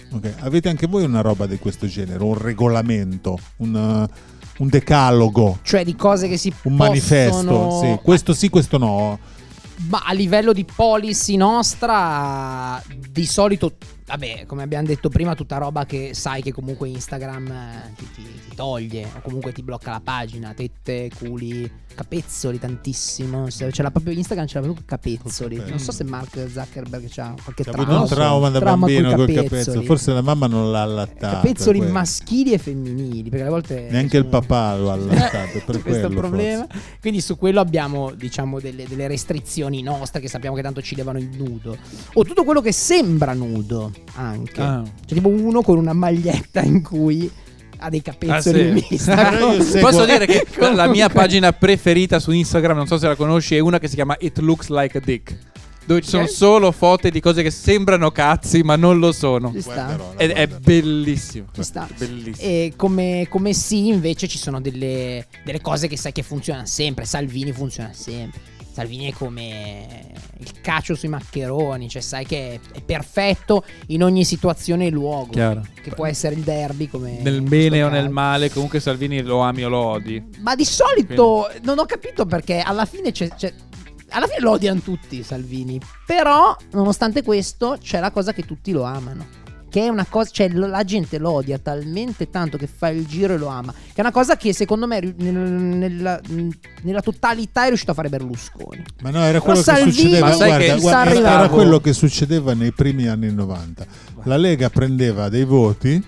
B: Ok. Avete anche voi una roba di questo genere, un regolamento, un decalogo,
A: Cioè di cose che si
B: un
A: possono...
B: manifesto? Sì, questo sì, questo no.
A: Ma a livello di policy nostra, di solito, vabbè, come abbiamo detto prima, tutta roba che sai che comunque Instagram ti toglie, o comunque ti blocca la pagina, tette, culi, capezzoli tantissimo. Ce l'ha proprio Instagram, ce l'ha proprio capezzoli. Non so se Mark Zuckerberg c'ha qualche
B: C'ha avuto un trauma da bambino col capezzolo. Forse la mamma non l'ha allattato.
A: Capezzoli maschili e femminili, perché a volte
B: neanche il papà lo ha allattato per
A: questo è il problema.
B: Forse.
A: Quindi su quello abbiamo, diciamo, delle restrizioni nostre, che sappiamo che tanto ci levano il nudo, o tutto quello che sembra nudo anche. Cioè tipo uno con una maglietta in cui ha dei capezzoli in vista.
C: Posso dire che la mia pagina preferita su Instagram, non so se la conosci, è una che si chiama It Looks Like a Dick, dove ci sono solo foto di cose che sembrano cazzi ma non lo sono. Ed è bellissimo.
A: Ci sta.
C: Bellissimo.
A: E come sì, invece ci sono delle cose che sai che funzionano sempre. Salvini funziona sempre. Salvini è come il cacio sui maccheroni, cioè sai che è perfetto in ogni situazione e luogo.
C: Chiaro.
A: Che può essere il derby, come
C: nel bene o nel male, comunque Salvini lo ami o lo odi.
A: Ma di solito non ho capito perché alla fine alla fine lo odiano tutti Salvini. Però nonostante questo c'è la cosa che tutti lo amano, che è una cosa, cioè la gente lo odia talmente tanto che fa il giro e lo ama, che è una cosa che secondo me nella totalità è riuscito a fare Berlusconi.
B: Ma no, era quello che succedeva, era quello che succedeva nei primi anni 90. La Lega prendeva dei voti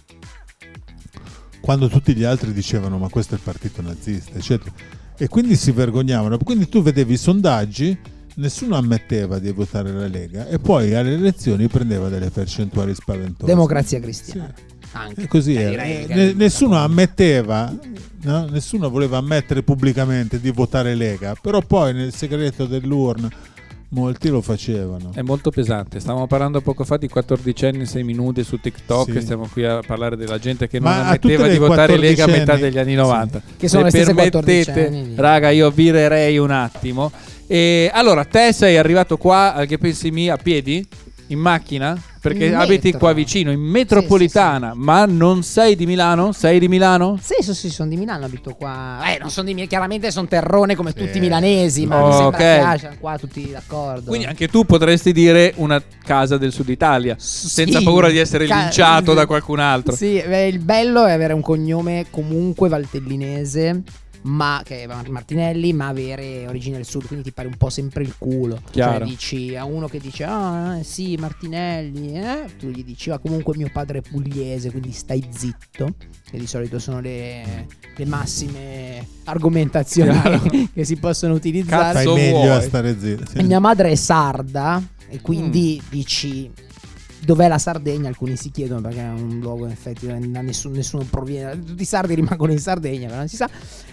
B: quando tutti gli altri dicevano ma questo è il partito nazista, eccetera, e quindi si vergognavano. Quindi tu vedevi i sondaggi, nessuno ammetteva di votare la Lega, e poi alle elezioni prendeva delle percentuali spaventose.
A: Democrazia Cristiana.
B: Sì.
A: Anche.
B: Così era. Nessuno ammetteva, no? Nessuno voleva ammettere pubblicamente di votare Lega, però poi nel segreto dell'urna molti lo facevano.
C: È molto pesante. Stavamo parlando poco fa di 14enni seminudi su TikTok,
B: sì.
C: Stiamo qui a parlare della gente che non ammetteva di votare Lega a metà degli anni 90.
A: Sì. Che sono
C: se
A: le stesse
C: permettete, raga, io virerei un attimo. E allora, te sei arrivato qua, che pensi a piedi? In macchina? Perché abiti qua vicino, in metropolitana, sì. Ma non sei di Milano? Sei di Milano?
A: Sì, sono di Milano, abito qua. Non sono di Milano, chiaramente sono terrone come tutti i milanesi, ma mi sembra che piacciono qua tutti d'accordo.
C: Quindi anche tu potresti dire una casa del Sud Italia, senza paura di essere linciato da qualcun altro.
A: Sì, il bello è avere un cognome comunque valtellinese, ma che è Martinelli, ma avere origine del sud, quindi ti pare un po' sempre il culo.
C: Chiaro.
A: Cioè dici a uno che dice sì Martinelli, tu gli dici comunque mio padre è pugliese, quindi stai zitto, che di solito sono le massime argomentazioni che si possono utilizzare.
B: Fai meglio a stare zitto, sì.
A: Mia madre è sarda e quindi dici dov'è la Sardegna? Alcuni si chiedono, perché è un luogo in effetti nessuno proviene, tutti i sardi rimangono in Sardegna, però non si sa,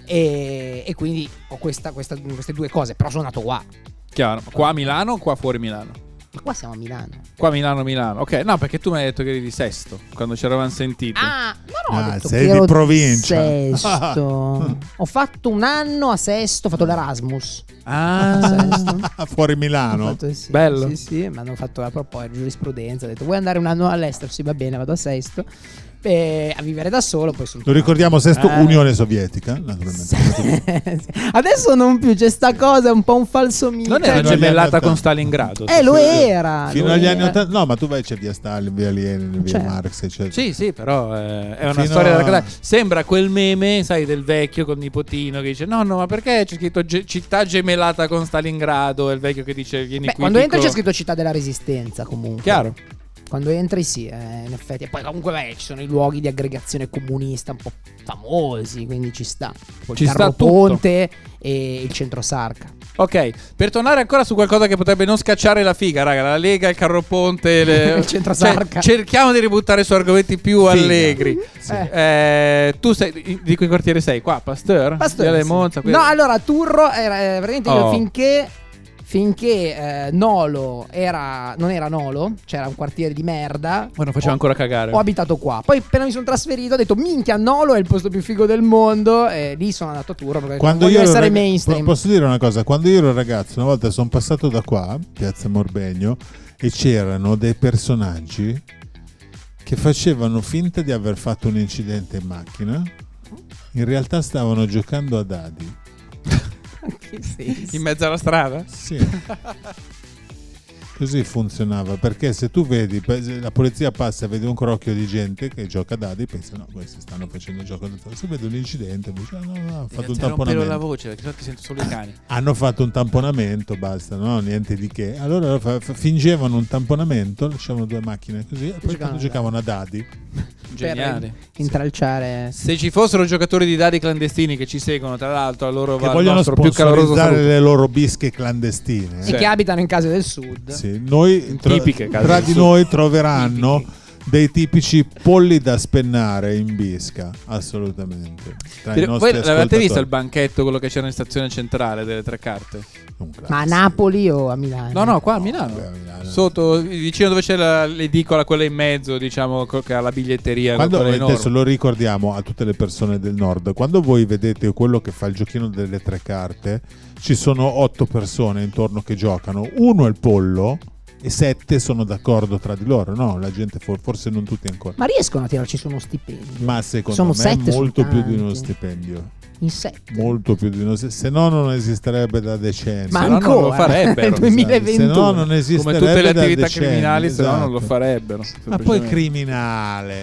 A: e quindi ho queste due cose, però sono nato qua.
C: Chiaro. Qua a Milano o qua fuori Milano?
A: Ma qua siamo a Milano.
C: Qua a Milano. Ok, no, perché tu mi hai detto che eri di Sesto quando ci eravamo sentiti.
A: Ho detto
B: sei
A: che ero
B: di provincia.
A: Sesto. Ho fatto un anno a Sesto, ho fatto l'Erasmus.
B: Fuori Milano.
A: Sì,
C: bello.
A: Sì, mi hanno fatto proprio giurisprudenza. Ho detto vuoi andare un anno all'estero? Sì, va bene, vado a Sesto. A vivere da solo, poi
B: lo ricordiamo, Sesto Unione Sovietica, naturalmente.
A: Adesso non più, c'è sta cosa, è un po' un falso mito.
C: Non era gemellata con Stalingrado?
A: Lo era.
B: Fino agli anni 80. No, ma tu vai, c'è via Stalin, via Lenin, via Marx, eccetera.
C: Sì, però è una storia da raccontare. Sembra quel meme, sai, del vecchio col nipotino che dice no, ma perché c'è scritto città gemellata con Stalingrado, e il vecchio che dice vieni qui.
A: Quando entri c'è scritto città della resistenza, comunque.
C: Chiaro.
A: Quando entri sì, in effetti. E poi comunque ci sono i luoghi di aggregazione comunista un po' famosi, quindi ci sta.
C: Ci
A: il
C: sta
A: Carro Ponte e il centro Sarca.
C: Ok, per tornare ancora su qualcosa che potrebbe non scacciare la figa, raga, la Lega, il Carro Ponte,
A: il centro Sarca.
C: Cerchiamo di ributtare su argomenti più allegri.
B: Sì.
C: Tu sei di quel quartiere sei? Qua, Pasteur? Viale Monza,
A: no, allora Turro era veramente finché Nolo non era Nolo, c'era un quartiere di merda.
C: Ma non faceva ancora cagare.
A: Ho abitato qua. Poi appena mi sono trasferito ho detto minchia, Nolo è il posto più figo del mondo, e lì sono andato a Turro perché
B: quando
A: voglio essere mainstream.
B: Posso dire una cosa? Quando io ero ragazzo, una volta sono passato da qua, Piazza Morbegno, e c'erano dei personaggi che facevano finta di aver fatto un incidente in macchina, in realtà stavano giocando a dadi.
A: Che senso?
C: In mezzo alla strada?
B: Sì. Così funzionava, perché se tu vedi, la polizia passa e vede un crocchio di gente che gioca a dadi, pensa no, questi stanno facendo gioco da dadi. Se vede un incidente, dice no, hanno fatto un tamponamento.
C: la voce, perché sennò ti sento solo i cani.
B: Hanno fatto un tamponamento, basta, no? Niente di che. Allora fingevano un tamponamento, lasciavano 2 macchine così e poi quando giocavano a dadi.
C: Geniale.
A: Per intralciare.
C: Se ci fossero giocatori di dadi clandestini che ci seguono, tra l'altro, a loro
B: Che
C: va il
B: vogliono
C: nostro più caloroso
B: sponsorizzare
C: saluto.
B: le loro bische clandestine.
A: E che abitano in case del sud.
B: Sì, noi
C: Tipiche case
B: tra
C: del
B: di
C: sud.
B: noi troveranno dei tipici polli da spennare in bisca, assolutamente. Tra i nostri
C: Voi l'avete
B: ascoltatori.
C: visto il banchetto, quello che c'era in stazione centrale delle 3 carte?
B: Un classico.
A: Ma a Napoli o a Milano?
C: No, qua a Milano.
B: Vabbè, a Milano.
C: Sotto, vicino dove c'è l'edicola, quella in mezzo, diciamo, che ha la biglietteria.
B: Quando,
C: quella enorme.
B: adesso lo ricordiamo a tutte le persone del nord, quando voi vedete quello che fa il giochino delle 3 carte, ci sono 8 persone intorno che giocano, uno è il pollo e 7 sono d'accordo tra di loro. No, la gente forse non tutti ancora,
A: Ma riescono a tirarci su uno stipendio?
B: ma secondo
A: Sono
B: me
A: 7
B: molto più di uno
A: tanti.
B: stipendio.
A: In 7.
B: Molto più di uno, se no non esisterebbe da decenni.
A: Ma
C: se no non
A: ancora?
C: lo farebbero.
A: Nel 2021.
B: Se no non
C: Come
B: esisterebbe
C: tutte le
B: da
C: attività
B: decenni,
C: criminali, se no non
B: esatto.
C: lo farebbero.
B: Ma poi criminale.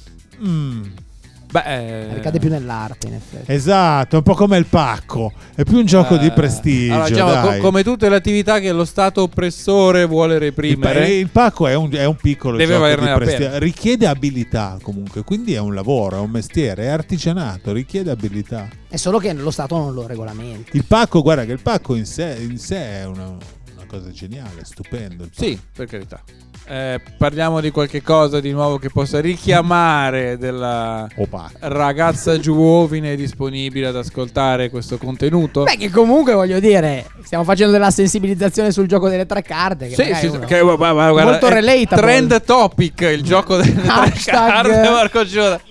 A: Ricade più nell'arte, in effetti.
B: Esatto, è un po' come il pacco, è più un gioco di prestigio.
C: Allora, diciamo,
B: dai.
C: come tutte le attività che lo Stato oppressore vuole reprimere,
B: il pacco è un piccolo
C: Deve
B: gioco
C: valerne
B: di
C: la
B: prestigio,
C: pena.
B: richiede abilità comunque, quindi è un lavoro, è un mestiere, è artigianato, richiede abilità.
A: È solo che lo Stato non lo regolamenta.
B: Il pacco, guarda che il pacco in sé è una cosa geniale, stupendo. Il pacco.
C: sì, per carità. Parliamo di qualche cosa di nuovo che possa richiamare della
B: Opa.
C: ragazza giovine disponibile ad ascoltare questo contenuto.
A: Beh, che comunque voglio dire, stiamo facendo della sensibilizzazione sul gioco delle 3 carte. Che
C: Sì,
A: magari
C: sì,
A: uno-
C: che, guarda,
A: molto
C: è
A: relatable.
C: Trend topic, il gioco delle 3
A: Hashtag-
C: carte, Marco Giuda.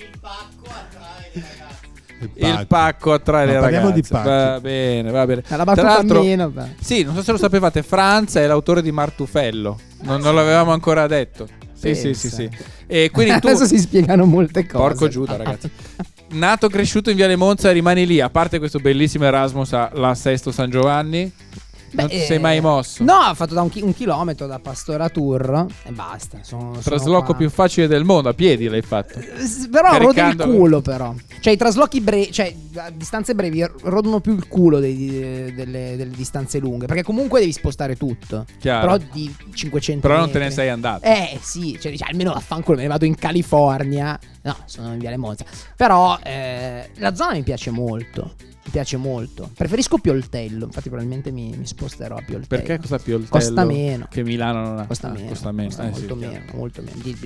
C: Il pacco attrae
B: Ma
C: le
B: parliamo
C: ragazze.
B: di pacchi.
C: Va bene, va bene.
A: La
C: Tra
A: battuta
C: l'altro,
A: meno, beh.
C: sì, non so se lo sapevate, Franza è l'autore di Martufello. Non l'avevamo ancora detto. Sì, sì, sì, sì. E quindi tu,
A: Adesso si spiegano molte cose.
C: porco Giuda, ragazzi. Nato, cresciuto in Viale Monza, rimani lì. A parte questo bellissimo Erasmus alla Sesto San Giovanni, non ti sei mai mosso.
A: No, ho fatto da un chilometro da Pastora Tour e basta. Sono
C: Trasloco
A: qua.
C: più facile del mondo, a piedi l'hai fatto.
A: Però rodo il
C: Caricandolo.
A: culo, però. Cioè, i traslochi brevi, cioè a distanze brevi rodono più il culo delle distanze lunghe. Perché comunque devi spostare tutto.
C: Chiaro.
A: Però di 500
C: Però non
A: metri.
C: te ne sei andato.
A: Sì, cioè, almeno vaffanculo, me ne vado in California. No, sono in Viale Monza. Però la zona mi piace molto. Mi piace molto. Preferisco Pioltello. Infatti, probabilmente mi sposterò a Pioltello.
C: Perché costa più il
A: Costa meno.
C: che Milano non ha?
A: Costa
C: Ah,
A: meno.
C: Costa meno.
A: Costa
C: Sì,
A: molto
C: chiaro.
A: meno. Molto meno. Di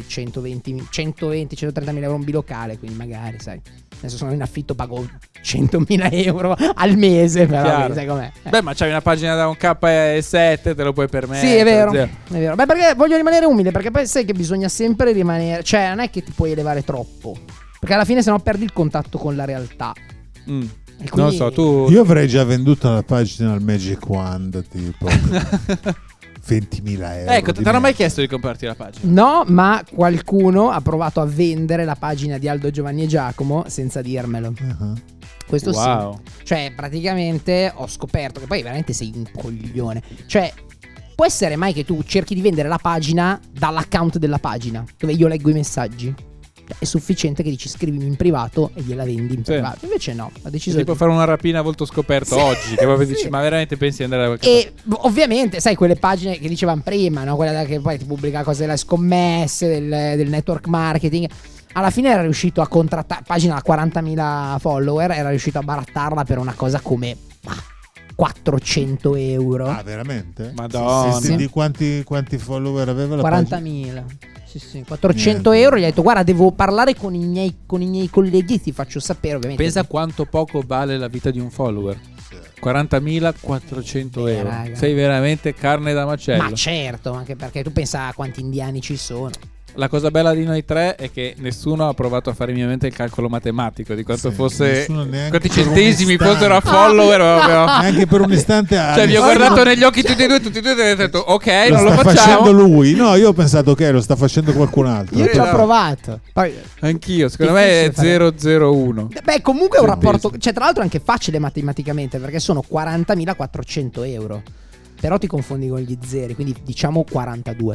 A: 130.000 euro un bilocale. Quindi magari, sai. Adesso sono in affitto, pago 100.000 euro al mese. Però
C: Chiaro.
A: sai com'è.
C: Beh, ma c'hai una pagina da un K7, te lo puoi permettere.
A: Sì, è vero.
C: zero.
A: È vero. Beh, perché voglio rimanere umile. Perché poi sai che bisogna sempre rimanere. Cioè, non è che ti puoi elevare troppo. Perché alla fine, sennò perdi il contatto con la realtà.
C: Mm.
A: E
C: Non
A: quindi-
C: lo so, tu
B: Io avrei già venduto la pagina al Magic Wand, tipo 20.000 euro.
C: ecco,
B: di
C: ti hanno mai
B: me.
C: chiesto di comprarti la pagina?
A: No, ma qualcuno ha provato a vendere la pagina di Aldo, Giovanni e Giacomo senza dirmelo.
B: Uh-huh.
A: Questo
C: Wow.
A: sì. Cioè, praticamente ho scoperto che poi veramente sei un coglione. Cioè, può essere mai che tu cerchi di vendere la pagina dall'account della pagina, dove io leggo i messaggi? È sufficiente che dici scrivimi in privato e gliela vendi in
C: Sì.
A: privato. Invece no, ha deciso
C: Tipo
A: di...
C: fare una rapina a volto scoperto
A: Sì,
C: oggi, che proprio
A: sì.
C: dici, ma veramente pensi di andare da qualche parte?
A: E ovviamente, sai, quelle pagine che dicevamo prima, no? Quella che poi ti pubblica cose delle scommesse, del network marketing. Alla fine era riuscito a contrattare, pagina da 40.000 follower, era riuscito a barattarla per una cosa come 400 euro.
B: Ah, veramente?
C: Madonna.
B: Sì, di quanti follower aveva la
A: 40.000. Sì, sì, 400
B: Niente.
A: euro. Gli ho detto, guarda, devo parlare con i miei colleghi e ti faccio sapere, ovviamente.
C: Pensa quanto poco vale la vita di un follower. 40.400 euro.
A: raga.
C: Sei veramente carne da macello.
A: Ma certo, anche perché tu pensa a quanti indiani ci sono.
C: La cosa bella di noi tre è che nessuno ha provato a fare minimamente il calcolo matematico di quanto
B: Sì,
C: fosse,
B: nessuno neanche
C: quanti
B: per un
C: centesimi
B: istante.
C: fossero a follower.
B: Neanche per un istante.
C: Cioè, vi ho guardato negli occhi tutti e due e ho detto ok,
B: lo
C: non lo
B: sta
C: facciamo.
B: facendo lui. No, io ho pensato ok, lo sta facendo qualcun altro.
A: Io ci ho provato. Poi,
C: Anch'io, secondo me è
A: difficile
C: 001.
A: beh, comunque è un
C: Centesimi.
A: rapporto. Cioè, tra l'altro è anche facile matematicamente perché sono 40.400 euro. Però ti confondi con gli zeri, quindi diciamo 42.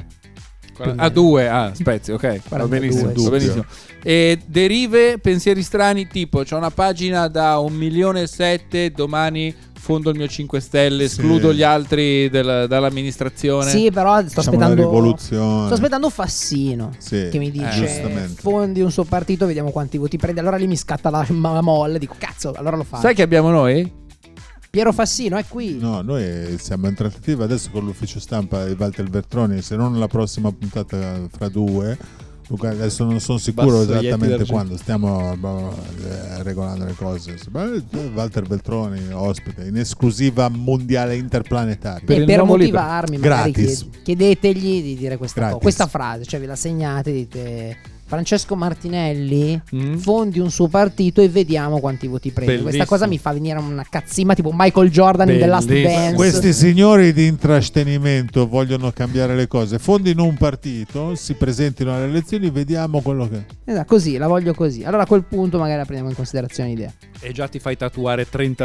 C: A 2, spezzi, ok, va
A: 42,
C: benissimo,
A: sì.
C: va benissimo. E derive, pensieri strani, tipo c'ho una pagina da 1,7 milioni, domani fondo il mio 5 stelle,
B: Sì.
C: escludo gli altri dall'amministrazione.
A: Sì, però sto
B: Facciamo una
A: aspettando.
B: rivoluzione.
A: Sto aspettando Fassino
B: Sì,
A: che mi dice
B: giustamente.
A: fondi un suo partito, vediamo quanti voti prende. Allora lì mi scatta la molle, dico cazzo, allora lo faccio.
C: Sai che abbiamo noi?
A: Piero Fassino è qui.
B: No, noi siamo in trattativa adesso con l'ufficio stampa di Walter Veltroni, se non la prossima puntata fra 2. Luca, adesso non sono sicuro
C: Vassoietti
B: esattamente
C: d'argento.
B: quando stiamo regolando le cose. Walter Veltroni ospite in esclusiva mondiale interplanetaria.
C: Per
A: E
C: il
A: per
C: nuovo
A: motivarmi, magari
B: Gratis.
A: chiedetegli di dire
B: Gratis.
A: questa frase, cioè ve la segnate, dite Francesco Martinelli
C: Mm.
A: fondi un suo partito e vediamo quanti voti prende. Questa
C: Bellissimo.
A: cosa mi fa venire una cazzima tipo Michael Jordan in The Last
C: Bellissimo.
A: Dance.
B: Questi signori di intrastenimento vogliono cambiare le cose, fondino un partito, si presentino alle elezioni, vediamo quello che...
A: Esatto, così, la voglio così. Allora a quel punto magari la prendiamo in considerazione l'idea.
C: E già ti fai tatuare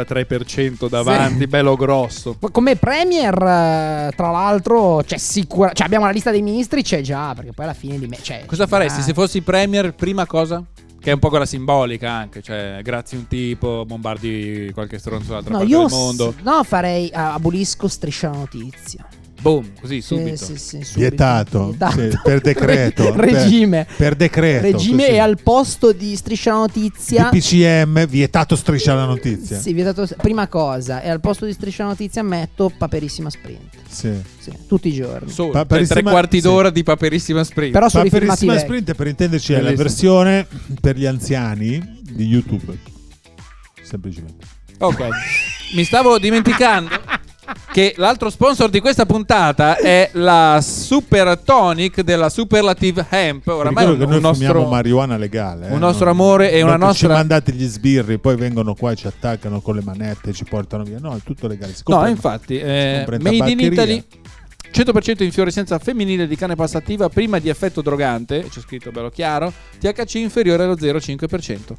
C: 33% davanti, bello grosso.
A: Come Premier, tra l'altro, c'è sicura. Cioè, abbiamo la lista dei ministri, c'è già. Perché poi alla fine di me. Cioè,
C: Cosa faresti se fossi premier? Prima cosa? Che è un po' quella simbolica anche, cioè grazie un tipo, bombardi qualche stronzo dall'altra
A: No,
C: parte
A: io
C: del mondo.
A: no, farei. Abolisco Striscia la Notizia.
C: Boom, così
A: Sì,
C: subito.
A: sì, subito.
B: Vietato, sì, per decreto.
A: Regime.
B: Per decreto.
A: Regime
B: così.
A: e al posto di Striscia la Notizia.
B: DPCM, vietato Striscia la Notizia.
A: Sì, vietato. Prima cosa, e al posto di Striscia la Notizia metto Paperissima Sprint.
B: Sì.
A: Sì, tutti i giorni.
C: Tre quarti d'ora di Paperissima Sprint.
A: Però sono i filmati
B: Paperissima
A: vecchi.
B: Sprint, per intenderci, è la
C: Bellissimo.
B: versione per gli anziani di YouTube. Semplicemente.
C: Ok, mi stavo dimenticando che l'altro sponsor di questa puntata è la Super Tonic della Superlative Hemp. Oramai
B: Ricordo che
C: un
B: noi fumiamo
C: nostro
B: marijuana legale.
C: un nostro amore e una
B: non che
C: nostra-
B: ci mandate gli sbirri, poi vengono qua e ci attaccano con le manette e ci portano via. No, è tutto legale. Si
C: No,
B: compra-
C: infatti,
B: compra in
C: Made in
B: tabaccheria.
C: Italy, 100% infiorescenza femminile di canne passativa, prima di effetto drogante, c'è scritto bello chiaro, THC inferiore allo 0,5%.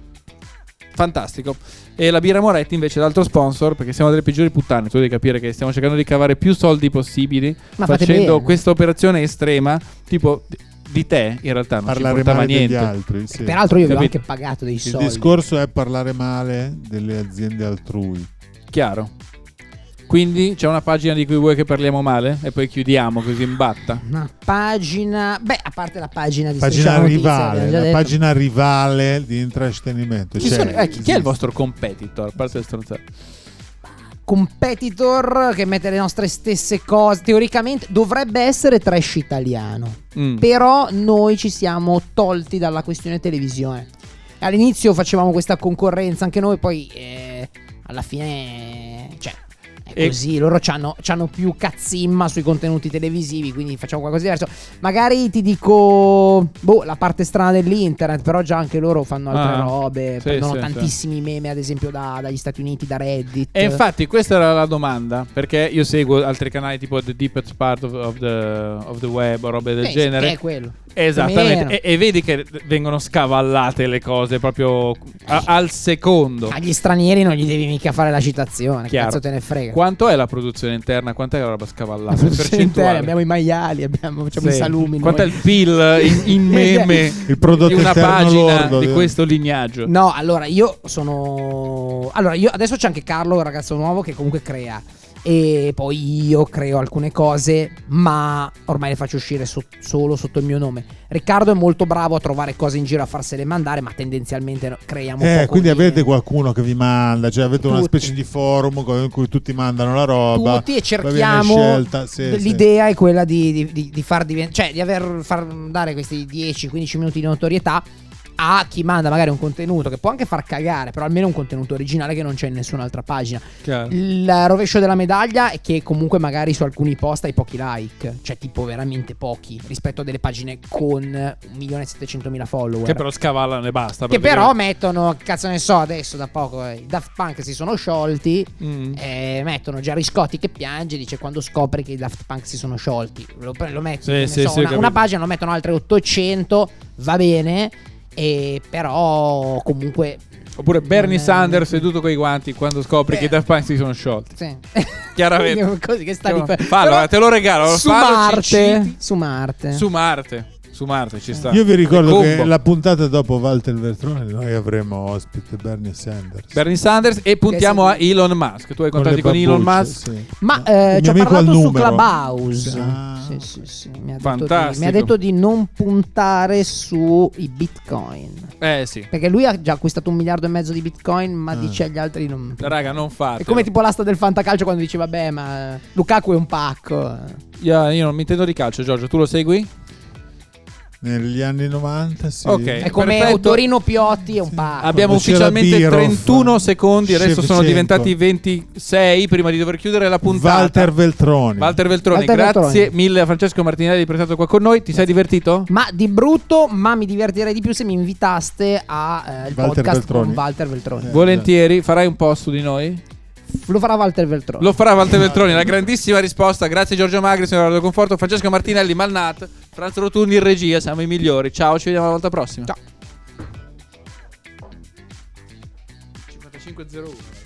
C: Fantastico. E la birra Moretti invece l'altro sponsor, perché siamo delle peggiori puttane, tu devi capire che stiamo cercando di cavare più soldi possibili
A: Ma fate
C: facendo
A: bene.
C: questa operazione estrema, tipo di te in realtà non
B: parlare
C: ci portava
B: male degli
C: niente.
B: altri. Sì.
A: Peraltro io vi ho
C: Capito?
A: anche pagato dei
B: Il
A: soldi.
B: discorso è parlare male delle aziende altrui.
C: Chiaro. Quindi c'è una pagina di cui vuoi che parliamo male e poi chiudiamo così in batta.
A: Una pagina, beh, a parte la pagina di
B: Pagina
A: Striscia la Notizia,
B: rivale,
A: abbiamo già
B: la
A: detto.
B: pagina rivale di intrastenimento.
C: Chi,
B: Cioè,
C: sono- chi è il
B: esiste.
C: vostro competitor? A parte le stronzate.
A: Competitor che mette le nostre stesse cose. Teoricamente dovrebbe essere trash italiano.
C: Mm.
A: Però noi ci siamo tolti dalla questione televisione. All'inizio facevamo questa concorrenza anche noi, poi alla fine, cioè, è
C: E-
A: così. Loro c'hanno più cazzimma sui contenuti televisivi, quindi facciamo qualcosa di diverso. Magari ti dico, la parte strana dell'internet, però già anche loro fanno altre
C: Ah,
A: robe.
C: sì,
A: Prendono
C: sì,
A: tantissimi meme, ad esempio, dagli Stati Uniti, da Reddit.
C: E infatti questa era la domanda, perché io seguo altri canali tipo The Deepest Part of the Web o robe del
A: Che
C: genere.
A: è quello.
C: Esattamente, e vedi che vengono scavallate le cose proprio al secondo.
A: Agli stranieri non gli devi mica fare la citazione.
C: Chiaro.
A: Cazzo te ne frega.
C: Quanto è la produzione interna? Quant'è la roba scavallata?
A: La produzione
C: Percentuale?
A: interna, abbiamo i maiali, facciamo
C: Sì.
A: i salumi.
C: Quanto è
A: noi.
C: il PIL in meme
B: Il prodotto
C: di una
B: interno
C: pagina
B: lordo,
C: di questo lignaggio?
A: No, allora io sono. Allora, io adesso c'è anche Carlo, il ragazzo nuovo, che comunque crea. E poi io creo alcune cose, ma ormai le faccio uscire solo sotto il mio nome. Riccardo è molto bravo a trovare cose in giro, a farsele mandare, ma tendenzialmente creiamo poco.
B: Quindi
A: di-
B: avete qualcuno che vi manda, cioè avete una
A: Tutti.
B: specie di forum in cui tutti mandano la roba.
A: tutti, e
B: poi viene
A: cerchiamo.
B: scelta, sì,
A: L'idea è quella di far diventare, cioè di far dare questi 10-15 minuti di notorietà a chi manda magari un contenuto che può anche far cagare, però almeno un contenuto originale che non c'è in nessun'altra pagina.
C: Chiaro.
A: Il rovescio della medaglia è che comunque magari su alcuni post hai pochi like, cioè tipo veramente pochi rispetto a delle pagine con 1.700.000 follower,
C: Che però scavallano e basta.
A: che però mettono, cazzo ne so, adesso da poco i Daft Punk si sono sciolti, mettono Gerry Scotti che piange, dice quando scopre che i Daft Punk si sono sciolti, lo mettono, una pagina, lo mettono altre 800, va bene, e però comunque.
C: Oppure Bernie Sanders seduto coi guanti quando scopri che i Daft Punk si sono sciolti.
A: Sì.
C: Chiaramente.
A: Così che sta di
C: fallo, te lo regalo.
A: Su Marte
C: ci sta.
B: Io vi ricordo che la puntata dopo Walter Veltroni noi avremo ospite Bernie Sanders
C: e puntiamo a Elon Musk. Tu hai contatti con Elon Musk?
B: Sì.
A: Ma ci ho parlato su Clubhouse. Sì. Mi ha detto di non puntare sui Bitcoin.
C: Sì.
A: Perché lui ha già acquistato 1,5 miliardi di Bitcoin, ma dice agli altri non.
C: Raga, non fate.
A: È come tipo l'asta del fantacalcio quando dice vabbè, ma Lukaku è un pacco.
C: Io non mi intendo di calcio, Giorgio, tu lo segui?
B: Negli anni 90 sì.
C: Okay,
A: è come Torino Piotti è un pacco.
C: Abbiamo ufficialmente 31 secondi. Adesso sono diventati 26 prima di dover chiudere la puntata.
B: Walter Veltroni,
C: grazie mille a Francesco Martinelli di essere stato qua con noi. Ti sei divertito?
A: Ma di brutto, ma mi divertirei di più se mi invitaste a il podcast con Walter Veltroni.
C: Volentieri, farai un post su di noi?
A: Lo farà Walter Veltroni.
C: La grandissima risposta. Grazie Giorgio Magri, signor Radio Conforto, Francesco Martinelli, Malnat, Franz Rotundi in regia. Siamo i migliori. Ciao, ci vediamo la volta prossima.
A: Ciao.
C: 5501